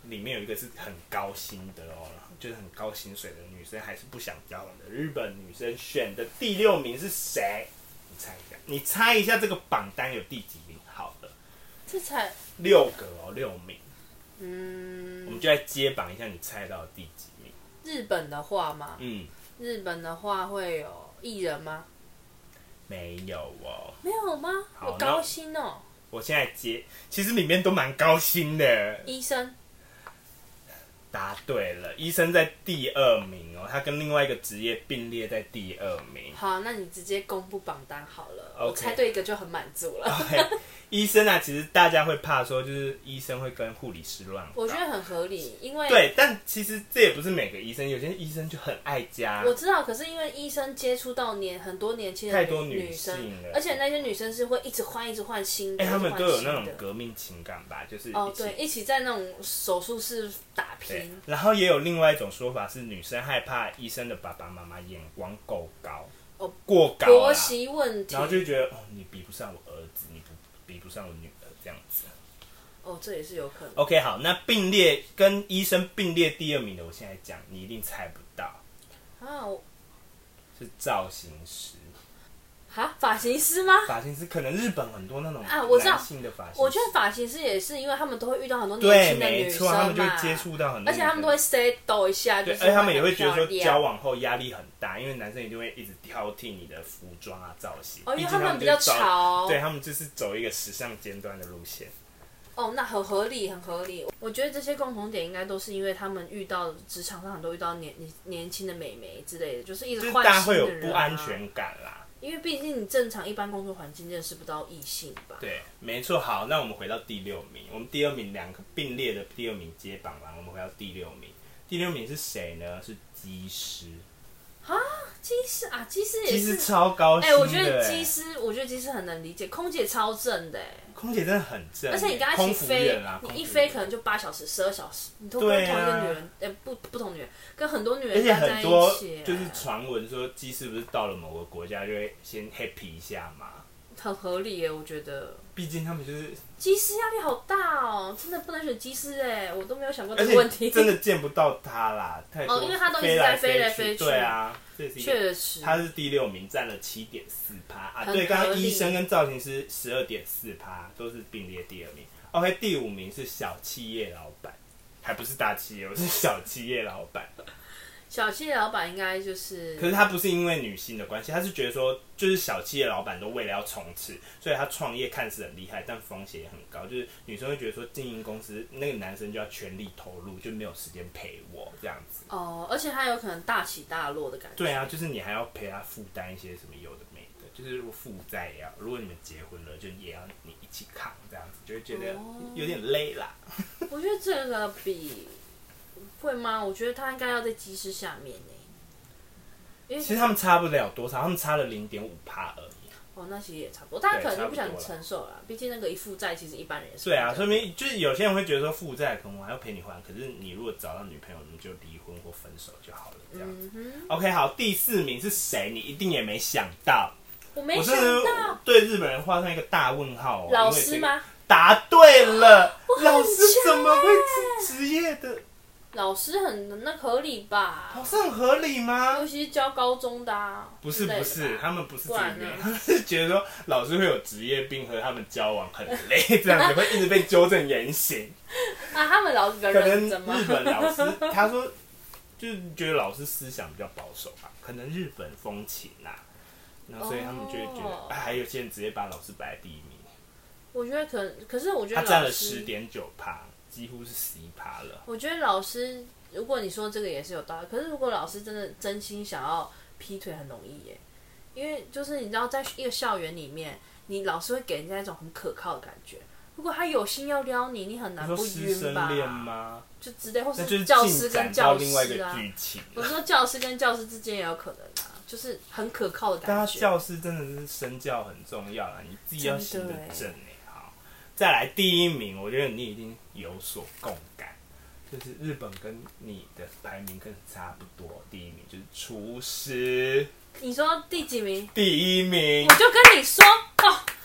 [SPEAKER 2] 里面有一个是很高薪的哦，就是很高薪水的女生还是不想交往的日本女生选的第6名是谁？你猜一下这个榜单有第几名？好了，
[SPEAKER 1] 这才
[SPEAKER 2] 6个哦，6名。我们就来接榜一下，你猜到第几名？
[SPEAKER 1] 日本的话吗？日本的话会有艺人吗？
[SPEAKER 2] 没有哦。
[SPEAKER 1] 没有吗？有高薪哦。
[SPEAKER 2] 我现在接，其实里面都蛮高薪的。
[SPEAKER 1] 医生。
[SPEAKER 2] 答对了，医生在第2名哦，他跟另外一个职业并列在第2名。
[SPEAKER 1] 好，那你直接公布榜单好了。
[SPEAKER 2] Okay.
[SPEAKER 1] 我猜对一个就很满足了。
[SPEAKER 2] Okay. 医生啊，其实大家会怕说，就是医生会跟护理师乱搞。
[SPEAKER 1] 我觉得很合理，因为
[SPEAKER 2] 对，但其实这也不是每个医生，有些医生就很爱家。
[SPEAKER 1] 我知道，可是因为医生接触到很多年轻的
[SPEAKER 2] 太多
[SPEAKER 1] 女
[SPEAKER 2] 性了，
[SPEAKER 1] 而且那些女生是会一直换新的。
[SPEAKER 2] 他们都有那种革命情感吧，就是
[SPEAKER 1] 对，一起在那种手术室打拼。
[SPEAKER 2] 然后也有另外一种说法是，女生害怕医生的爸爸妈妈眼光够高，过高啦，
[SPEAKER 1] 婆媳问题，
[SPEAKER 2] 然后就觉得你比不上我儿子，你比不上我女儿这样子。
[SPEAKER 1] 这也是有可能。
[SPEAKER 2] OK， 好，那并列跟医生并列第2名的，我现在讲，你一定猜不到。是造型师。
[SPEAKER 1] 发型师吗？
[SPEAKER 2] 发型师可能日本很多那种
[SPEAKER 1] 我知道
[SPEAKER 2] 男性的发型师。
[SPEAKER 1] 我觉得发型师也是，因为他们都会遇到很多年轻的女生嘛，
[SPEAKER 2] 他们就会接触到很多，
[SPEAKER 1] 而且他们都会 say 抖一下，
[SPEAKER 2] 对，而且他们也会觉得说交往后压力很大，因为男生一定会一直挑剔你的服装啊、造型。
[SPEAKER 1] 因为他们比较潮，
[SPEAKER 2] 对，他们就是走一个时尚尖端的路线。
[SPEAKER 1] 那很合理，很合理。我觉得这些共同点应该都是因为他们遇到职场上很多遇到年轻的美眉之类的，就是一直换新的人，
[SPEAKER 2] 大家会有不安全感啦。
[SPEAKER 1] 因为毕竟你正常一般工作环境认识不到异性吧？
[SPEAKER 2] 对，没错。好，那我们回到第6名，我们第2名2个并列的第2名接榜完，我们回到第6名。第6名是谁呢？是机师。
[SPEAKER 1] 机师啊，机师也是，
[SPEAKER 2] 机师超高薪的。
[SPEAKER 1] 我觉得机师很能理解，空姐超正的。
[SPEAKER 2] 空姐真的很正，
[SPEAKER 1] 而且你跟她一起飞，你一飞可能就8小时、12小时，你都跟同一个女人，不同女人，跟很多女人待在一起。
[SPEAKER 2] 而且很多就是传闻说，机师不是到了某个国家就会先 happy 一下嘛，
[SPEAKER 1] 很合理耶，我觉得。
[SPEAKER 2] 毕竟他们就是
[SPEAKER 1] 机师压力好大哦，真的不能选机师哎，我都没有想过这个问题。
[SPEAKER 2] 真的见不到他啦，太多
[SPEAKER 1] 因为他都一直在飞来飞去。
[SPEAKER 2] 对啊，
[SPEAKER 1] 确实。
[SPEAKER 2] 他是第6名，占了7.4%啊。对，刚刚医生跟造型师12.4%都是并列第2名。OK， 第5名是小企业老板，还不是大企业，我是小企业老板。
[SPEAKER 1] 小企业老板应该就是，
[SPEAKER 2] 可是他不是因为女性的关系，他是觉得说，就是小企业老板都为了要冲刺，所以他创业看似很厉害，但风险也很高。就是女生会觉得说，经营公司那个男生就要全力投入，就没有时间陪我这样子。
[SPEAKER 1] 而且他有可能大起大落的感觉。
[SPEAKER 2] 对啊，就是你还要陪他负担一些什么有的没的，就是如果负债也要，如果你们结婚了，就也要你一起扛这样子，就会觉得有点累啦。
[SPEAKER 1] 我觉得这个会吗？我觉得他应该要在机师下面呢。
[SPEAKER 2] 其实他们差不了多少，他们差了0.5%而已。
[SPEAKER 1] 那其实也差不多，但他可能就不想承受啦。毕竟那个一负债，其实一般人也是。
[SPEAKER 2] 对啊，说明就是有些人会觉得说负债可能我还要陪你还，可是你如果找到女朋友，你就离婚或分手就好了，这样子。OK， 好，第4名是谁？你一定也没想到。
[SPEAKER 1] 我没想到。
[SPEAKER 2] 对日本人画上一个大问号哦。
[SPEAKER 1] 老师吗？
[SPEAKER 2] 答对了。老师怎么会是职业的？
[SPEAKER 1] 老师那合理吧？
[SPEAKER 2] 老师很合理吗？
[SPEAKER 1] 尤其是教高中的
[SPEAKER 2] 不是，他们不是这个，他们是觉得说老师会有职业病和他们交往很累，这样子会一直被纠正言行。
[SPEAKER 1] 他们老师可能
[SPEAKER 2] 日本老师他说就是觉得老师思想比较保守吧，可能日本风情啦，然后所以他们就会觉得，还有些人直接把老师摆在第1名。
[SPEAKER 1] 我觉得可是我觉得
[SPEAKER 2] 他占了10.9%。几乎是11%了。
[SPEAKER 1] 我觉得老师，如果你说这个也是有道理，可是如果老师真心想要劈腿，很容易耶，因为就是你知道，在一个校园里面，你老师会给人家一种很可靠的感觉。如果他有心要撩你，你很难不晕吧？
[SPEAKER 2] 师生恋吗？
[SPEAKER 1] 就之类，或是教师跟教师
[SPEAKER 2] 啊。
[SPEAKER 1] 我说教师跟教师之间也有可能啊，就是很可靠的感觉。
[SPEAKER 2] 但教师真的是身教很重要啊，你自己要行得正。再来第1名，我觉得你一定有所共感，就是日本跟你的排名跟差不多，第1名就是厨师。
[SPEAKER 1] 你说第几名？
[SPEAKER 2] 第1名。
[SPEAKER 1] 我就跟你说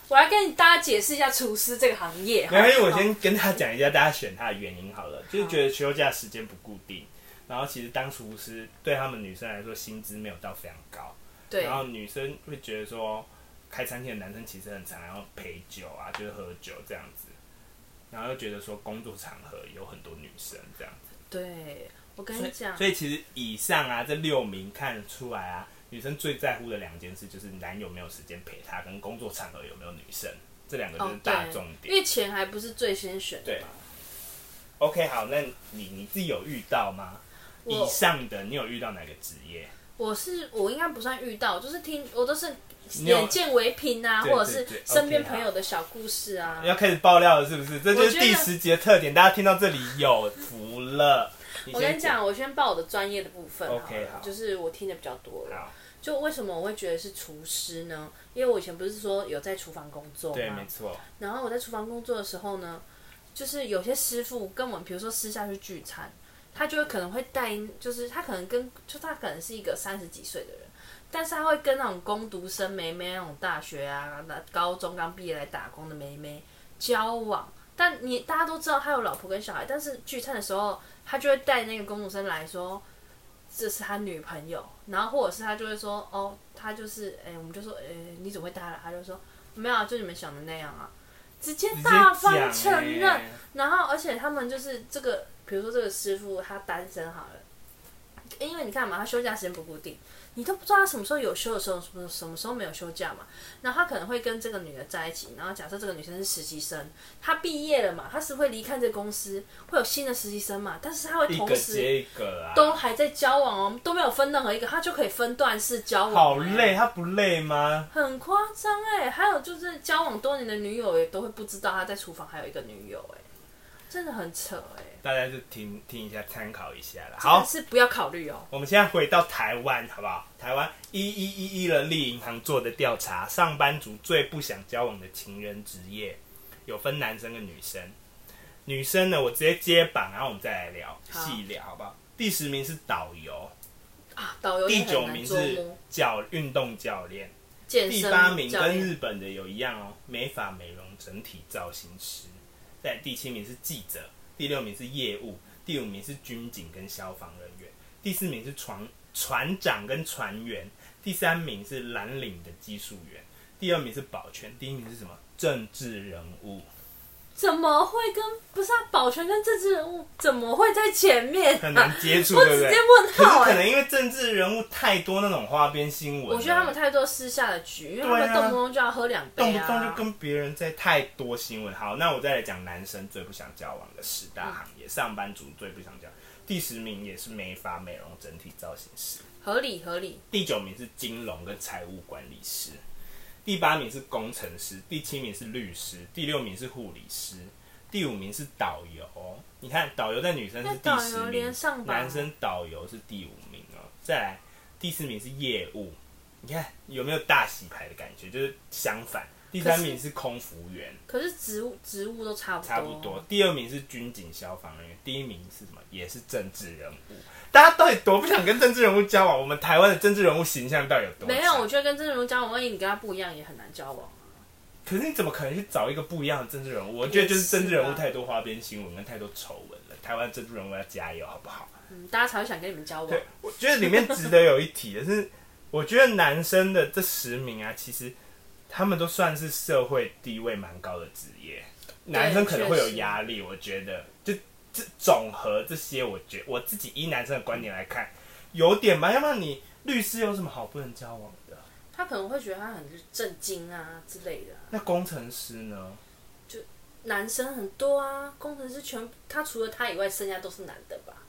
[SPEAKER 1] 我来跟大家解释一下厨师这个行业。
[SPEAKER 2] 没关系，我先跟大家讲一下大家选它的原因好了，就是觉得休假时间不固定，然后其实当厨师对他们女生来说薪资没有到非常高，
[SPEAKER 1] 对，
[SPEAKER 2] 然后女生会觉得说开餐厅的男生其实很常要陪酒啊，就是喝酒这样子，然后又觉得说工作场合有很多女生这样子。
[SPEAKER 1] 对，我跟你讲，
[SPEAKER 2] 所以其实以上啊这6名看得出来啊，女生最在乎的2件事就是男友没有时间陪她，跟工作场合有没有女生，这2个就是大重点。
[SPEAKER 1] 因为钱还不是最先选的嘛。
[SPEAKER 2] 对。OK， 好，那你自己有遇到吗？以上的你有遇到哪个职业？
[SPEAKER 1] 我应该不算遇到，就是我都是眼见为凭啊，或者是身边朋友的小故事啊。
[SPEAKER 2] 要开始爆料了是不是？这就是第10集的特点，大家听到这里有福了。
[SPEAKER 1] 我跟你讲，我先报我的专业的部分
[SPEAKER 2] OK， 好，
[SPEAKER 1] 就是我听的比较多
[SPEAKER 2] 了。
[SPEAKER 1] 就为什么我会觉得是厨师呢？因为我以前不是说有在厨房工作吗？
[SPEAKER 2] 对，没错。
[SPEAKER 1] 然后我在厨房工作的时候呢，就是有些师傅跟我们，比如说私下去聚餐，他就会可能会带，就是他可能他可能是一个30几岁的人，但是他会跟那种工读生妹妹，那种大学啊、高中刚毕业来打工的妹妹交往。但大家都知道他有老婆跟小孩，但是聚餐的时候，他就会带那个工读生来说，这是他女朋友，然后或者是他就会说，哦，他就是，我们就说，你怎么会带来？他就说没有啊，就你们想的那样啊，直接大方承认。然后而且他们就是这个，比如说这个师傅他单身好了，因为你看嘛，他休假时间不固定。你都不知道他什么时候有休的时候，什么时候没有休假嘛？然后他可能会跟这个女的在一起，然后假设这个女生是实习生，她毕业了嘛，她是会离开这个公司，会有新的实习生嘛，但是她会同时都还在交往哦，都没有分任何一个，她就可以分段式交往。
[SPEAKER 2] 好累，她不累吗？
[SPEAKER 1] 很夸张哎！还有就是交往多年的女友也都会不知道他在厨房还有一个女友哎，真的很扯哎。
[SPEAKER 2] 大家就听一下，参考一下啦。好，
[SPEAKER 1] 是不要考虑哦。
[SPEAKER 2] 我们现在回到台湾，好不好？台湾1111人力银行做的调查，上班族最不想交往的情人职业，有分男生跟女生。女生呢，我直接接榜，然后我们再来聊细聊，好不好？第10名是导游
[SPEAKER 1] 啊，导游
[SPEAKER 2] 第9名是运动教练，第8名跟日本的有一样哦，美发美容整体造型师。再第7名是记者。第6名是业务，第5名是军警跟消防人员，第4名是船长跟船员，第3名是蓝领的技术员，第2名是保全，第1名是什么？政治人物。
[SPEAKER 1] 怎么会不是保全跟政治人物怎么会在前面？
[SPEAKER 2] 很难接触，
[SPEAKER 1] 对
[SPEAKER 2] 不对？
[SPEAKER 1] 我直接问号。
[SPEAKER 2] 可是可能因为政治人物太多那种花边新闻，
[SPEAKER 1] 我觉得他们太多私下的局，因为他们动不动就要喝2杯
[SPEAKER 2] 动不动就跟别人在太多新闻。好，那我再来讲男生最不想交往的10大行业，上班族最不想交往。第10名也是美发美容整体造型师，
[SPEAKER 1] 合理。
[SPEAKER 2] 第9名是金融跟财务管理师。第8名是工程师，第7名是律师，第6名是护理师，第5名是导游。你看，导游在女生是第10名，男生导游是第5名哦。再来，第4名是业务，你看有没有大洗牌的感觉？就是相反。第3名是空服员，
[SPEAKER 1] 可是职务都差不多。
[SPEAKER 2] 第2名是军警消防人员，第1名是什么？也是政治人物。大家到底多不想跟政治人物交往？我们台湾的政治人物形象到底有多差？
[SPEAKER 1] 没有，我觉得跟政治人物交往，万一你跟他不一样，也很难交往啊。
[SPEAKER 2] 可是你怎么可能去找一个不一样的政治人物？我觉得就是政治人物太多花边新闻跟太多丑闻了。台湾政治人物要加油，好不好？
[SPEAKER 1] 大家才会想跟你们交往。
[SPEAKER 2] 对，我觉得里面值得有一提的是，我觉得男生的这10名啊，其实他们都算是社会地位蛮高的职业。男生可能会有压力，我觉得就总和这些，我觉得我自己以男生的观点来看，有点吧。要不然你律师有什么好不能交往的？
[SPEAKER 1] 他可能会觉得他很震惊啊之类的。
[SPEAKER 2] 那工程师呢？
[SPEAKER 1] 就男生很多啊，工程师他除了他以外，剩下都是男的吧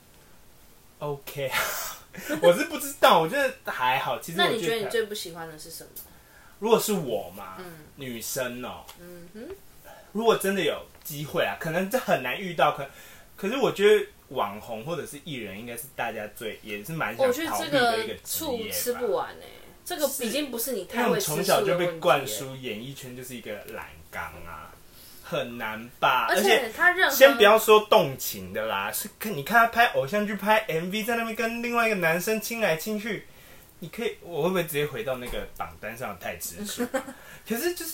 [SPEAKER 2] ？OK， 我是不知道，我觉得还好。其实
[SPEAKER 1] 那你觉得你最不喜欢的是什么？
[SPEAKER 2] 如果是我嘛，女生哦，如果真的有机会啊，可能这很难遇到，可是我觉得网红或者是艺人应该是大家也是蛮想逃避的一个职业吧。
[SPEAKER 1] 醋吃不完这个已经不是你太会吃醋的问题。
[SPEAKER 2] 从小就被灌输演艺圈就是一个懒缸啊，很难吧？
[SPEAKER 1] 而且他
[SPEAKER 2] 先不要说动情的啦，是你看他拍偶像剧、拍 MV， 在那边跟另外一个男生亲来亲去，我会不会直接回到那个榜单上太吃醋？可是就是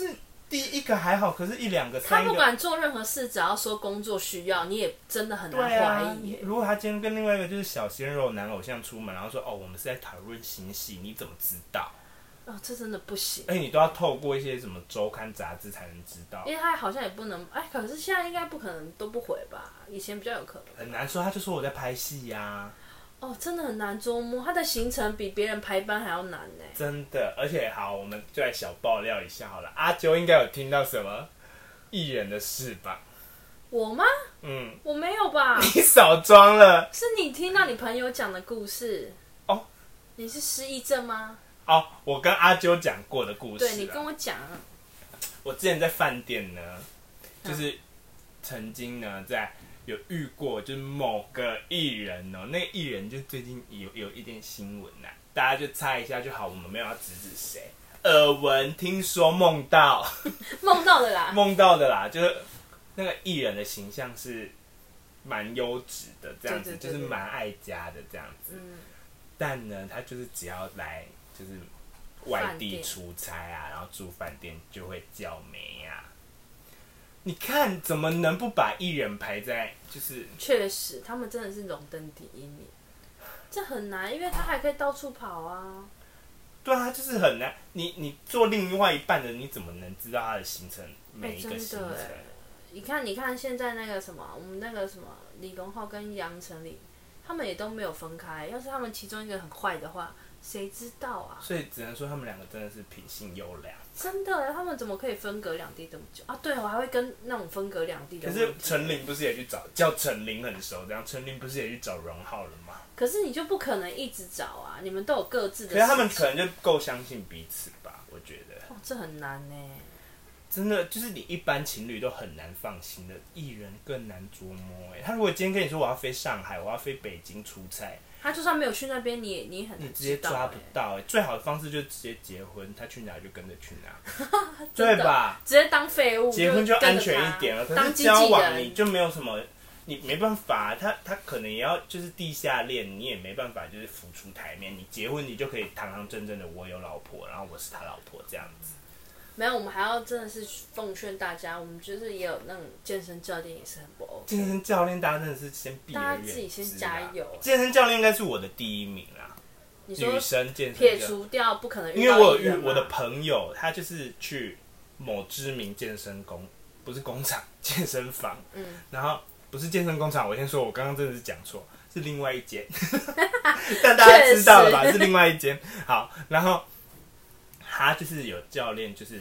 [SPEAKER 2] 第一个还好，可是一两个、
[SPEAKER 1] 他
[SPEAKER 2] 三个，
[SPEAKER 1] 不管做任何事，只要说工作需要，你也真的很难怀疑耶。
[SPEAKER 2] 如果他今天跟另外一个就是小鲜肉男偶像出门，然后说我们是在讨论新戏，你怎么知道？
[SPEAKER 1] 这真的不行。
[SPEAKER 2] 你都要透过一些什么周刊杂志才能知道。
[SPEAKER 1] 因为他好像也不能，可是现在应该不可能都不回吧？以前比较有可能。
[SPEAKER 2] 很难说，他就说我在拍戏呀。
[SPEAKER 1] 真的很难捉摸，他的行程比别人排班还要难呢。
[SPEAKER 2] 真的，而且好，我们就来小爆料一下好了。阿啾应该有听到什么艺人的事吧？
[SPEAKER 1] 我吗？我没有吧？
[SPEAKER 2] 你少装了。
[SPEAKER 1] 是你听到你朋友讲的故事。你是失忆症吗？
[SPEAKER 2] 我跟阿啾讲过的故事。
[SPEAKER 1] 对，你跟我讲。
[SPEAKER 2] 我之前在饭店呢，就是曾经呢有遇过，就是某个艺人那个艺人就最近有一点新闻大家就猜一下就好，我们没有要指谁。耳闻听说梦到梦到的啦，就是那个艺人的形象是蛮优质的这样子，对，就是蛮爱家的这样子。但呢，他就是只要来就是外地出差然后住饭店就会叫媒你看怎么能不把艺人排在就是？
[SPEAKER 1] 确实，他们真的是荣登第一名，这很难，因为他还可以到处跑啊。
[SPEAKER 2] 对啊，就是很难。你做另外一半的，你怎么能知道他的行程每一个行程？
[SPEAKER 1] 你看现在那个什么，我们那个什么李荣浩跟杨丞琳，他们也都没有分开。要是他们其中一个很坏的话，谁知道啊？
[SPEAKER 2] 所以只能说他们两个真的是品性优良。
[SPEAKER 1] 真的，他们怎么可以分隔两地这么久啊？对，我还会跟那种分隔两地的。
[SPEAKER 2] 可是陈琳不是也去找叫陈琳很熟，这样陈琳不是也去找荣浩了吗？
[SPEAKER 1] 可是你就不可能一直找啊，你们都有各自的。
[SPEAKER 2] 可是他们可能就够相信彼此吧，我觉得。
[SPEAKER 1] 这很难呢。
[SPEAKER 2] 真的，就是你一般情侣都很难放心的，艺人更难琢磨。他如果今天跟你说我要飞上海，我要飞北京出差。他
[SPEAKER 1] 就算没有去那边，你很难
[SPEAKER 2] 你直接抓不到最好的方式就是直接结婚，他去哪就跟着去哪，对吧？
[SPEAKER 1] 直接当废物，
[SPEAKER 2] 结婚就安全一点了。可是交往你就没有什么，你没办法，他可能也要就是地下恋，你也没办法就是浮出台面。你结婚你就可以堂堂正正的我有老婆，然后我是他老婆这样子。
[SPEAKER 1] 没有，我们还要真的是奉劝大家，我们就是也有那种健身教练也是很不 OK。
[SPEAKER 2] 健身教练大家真的是先避而远之，
[SPEAKER 1] 大家自己先加油。
[SPEAKER 2] 健身教练应该是我的第一名啦。
[SPEAKER 1] 你说
[SPEAKER 2] 女生健身
[SPEAKER 1] 撇除掉不可能遇到，
[SPEAKER 2] 因为我有我的朋友，他就是去某知名健身不是工厂健身房，然后不是健身工厂，我先说，我刚刚真的是讲错，是另外一间，但大家知道了吧？是另外一间。好，然后。他就是有教练，就是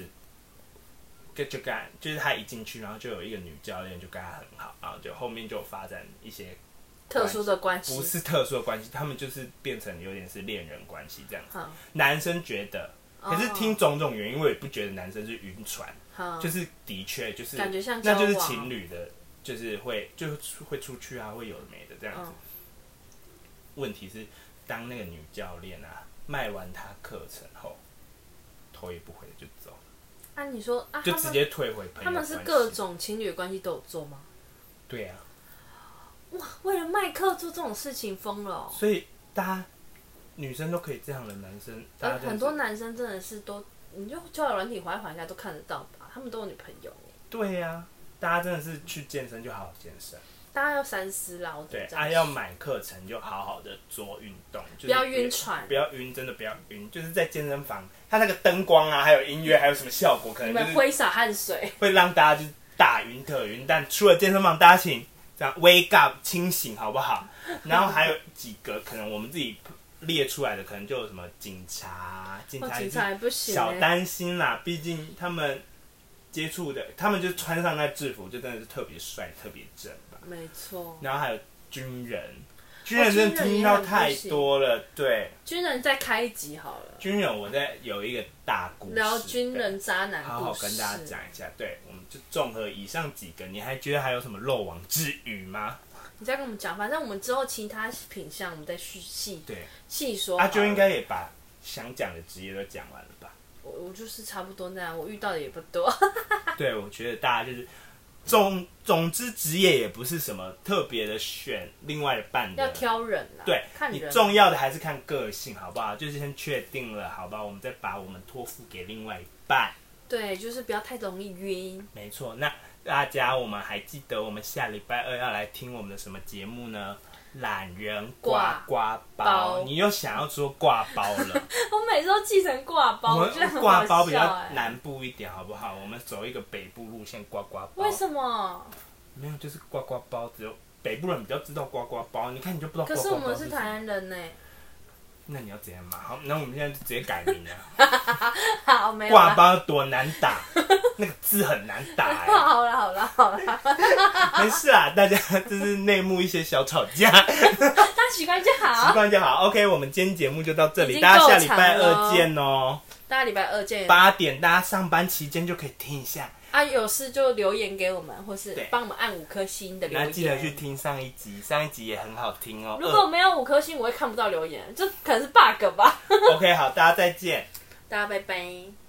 [SPEAKER 2] 他一进去，然后就有一个女教练就跟他很好，然后就后面就有发展一些
[SPEAKER 1] 特殊的关系，
[SPEAKER 2] 不是特殊的关系，他们就是变成有点是恋人关系这样子。男生觉得，可是听种种原因，我也不觉得男生是晕船，就是的确就是
[SPEAKER 1] 感觉像
[SPEAKER 2] 那就是情侣的，就是会出去啊，会有的没的这样子。问题是，当那个女教练卖完他课程后。头也不回的就走
[SPEAKER 1] 你说
[SPEAKER 2] 就直接退回朋友关系。
[SPEAKER 1] 他们是各种情侣关系都有做吗？
[SPEAKER 2] 对
[SPEAKER 1] 哇，为了卖课做这种事情疯了
[SPEAKER 2] 所以大家女生都可以这样的，男生
[SPEAKER 1] 很多男生真的是都，你就交友软体滑一滑应该都看得到吧？他们都有女朋友
[SPEAKER 2] 对大家真的是去健身就好好健身。
[SPEAKER 1] 大家要三思啦，
[SPEAKER 2] 对要买课程就好好的做运动，
[SPEAKER 1] 不要晕船，
[SPEAKER 2] 不要晕，真的不要晕。就是在健身房，它那个灯光还有音乐，还有什么效果，可能就是
[SPEAKER 1] 挥洒汗水，
[SPEAKER 2] 会让大家就是大晕特晕。但除了健身房，大家请这样 wake up 清醒好不好？然后还有几个可能我们自己列出来的，可能就有什么警察
[SPEAKER 1] 也不行
[SPEAKER 2] 小担心啦，毕竟他们接触的，他们就穿上那制服，就真的是特别帅、特别正吧。
[SPEAKER 1] 没错。
[SPEAKER 2] 然后还有军人真的听到太多了，对。
[SPEAKER 1] 军人再开一集好了。
[SPEAKER 2] 军人我在有一个大故事，
[SPEAKER 1] 聊军人渣男故事，
[SPEAKER 2] 好好跟大家讲一下。对，我们就综合以上几个，你还觉得还有什么漏网之鱼吗？
[SPEAKER 1] 你再跟我们讲，反正我们之后其他品项我们再细说。
[SPEAKER 2] 就应该也把想讲的职业都讲完了吧？
[SPEAKER 1] 我就是差不多那样，我遇到的也不多。
[SPEAKER 2] 对，我觉得大家就是。总之，职业也不是什么特别的选另外的伴的，
[SPEAKER 1] 要挑人啦。
[SPEAKER 2] 对，
[SPEAKER 1] 看人。
[SPEAKER 2] 你重要的还是看个性，好不好？就是先确定了，好不好？我们再把我们托付给另外一半。
[SPEAKER 1] 对，就是不要太容易晕。
[SPEAKER 2] 没错，那大家我们还记得我们下礼拜2要来听我们的什么节目呢？懒人挂挂包，你又想要说挂包了？
[SPEAKER 1] 我每次都记成挂包，我觉得很好笑。
[SPEAKER 2] 挂包比较南部一点，好不好？我们走一个北部路线，挂挂包。
[SPEAKER 1] 为什么？
[SPEAKER 2] 没有，就是挂挂包，只有北部人比较知道挂挂包。你看你就不知道挂挂包。
[SPEAKER 1] 可是我们是台南人呢。
[SPEAKER 2] 那你要怎样嘛？好，那我们现在就直接改名了。
[SPEAKER 1] 好，没有。
[SPEAKER 2] 挂包多难打，那个字很难打哎。
[SPEAKER 1] 好了，
[SPEAKER 2] 没事啦，大家就是内幕一些小吵架，
[SPEAKER 1] 大家习惯就好。
[SPEAKER 2] 习惯就好。OK， 我们今天节目就到这里，大家下礼拜2见哦。
[SPEAKER 1] 大家礼拜2见。
[SPEAKER 2] 8点，大家上班期间就可以听一下。
[SPEAKER 1] 有事就留言给我们，或是帮我们按5颗星的留言。
[SPEAKER 2] 那记得去听上一集，上一集也很好听哦。
[SPEAKER 1] 如果没有5颗星，我会看不到留言，这可能是 bug 吧。
[SPEAKER 2] OK， 好，大家再见。
[SPEAKER 1] 大家拜拜。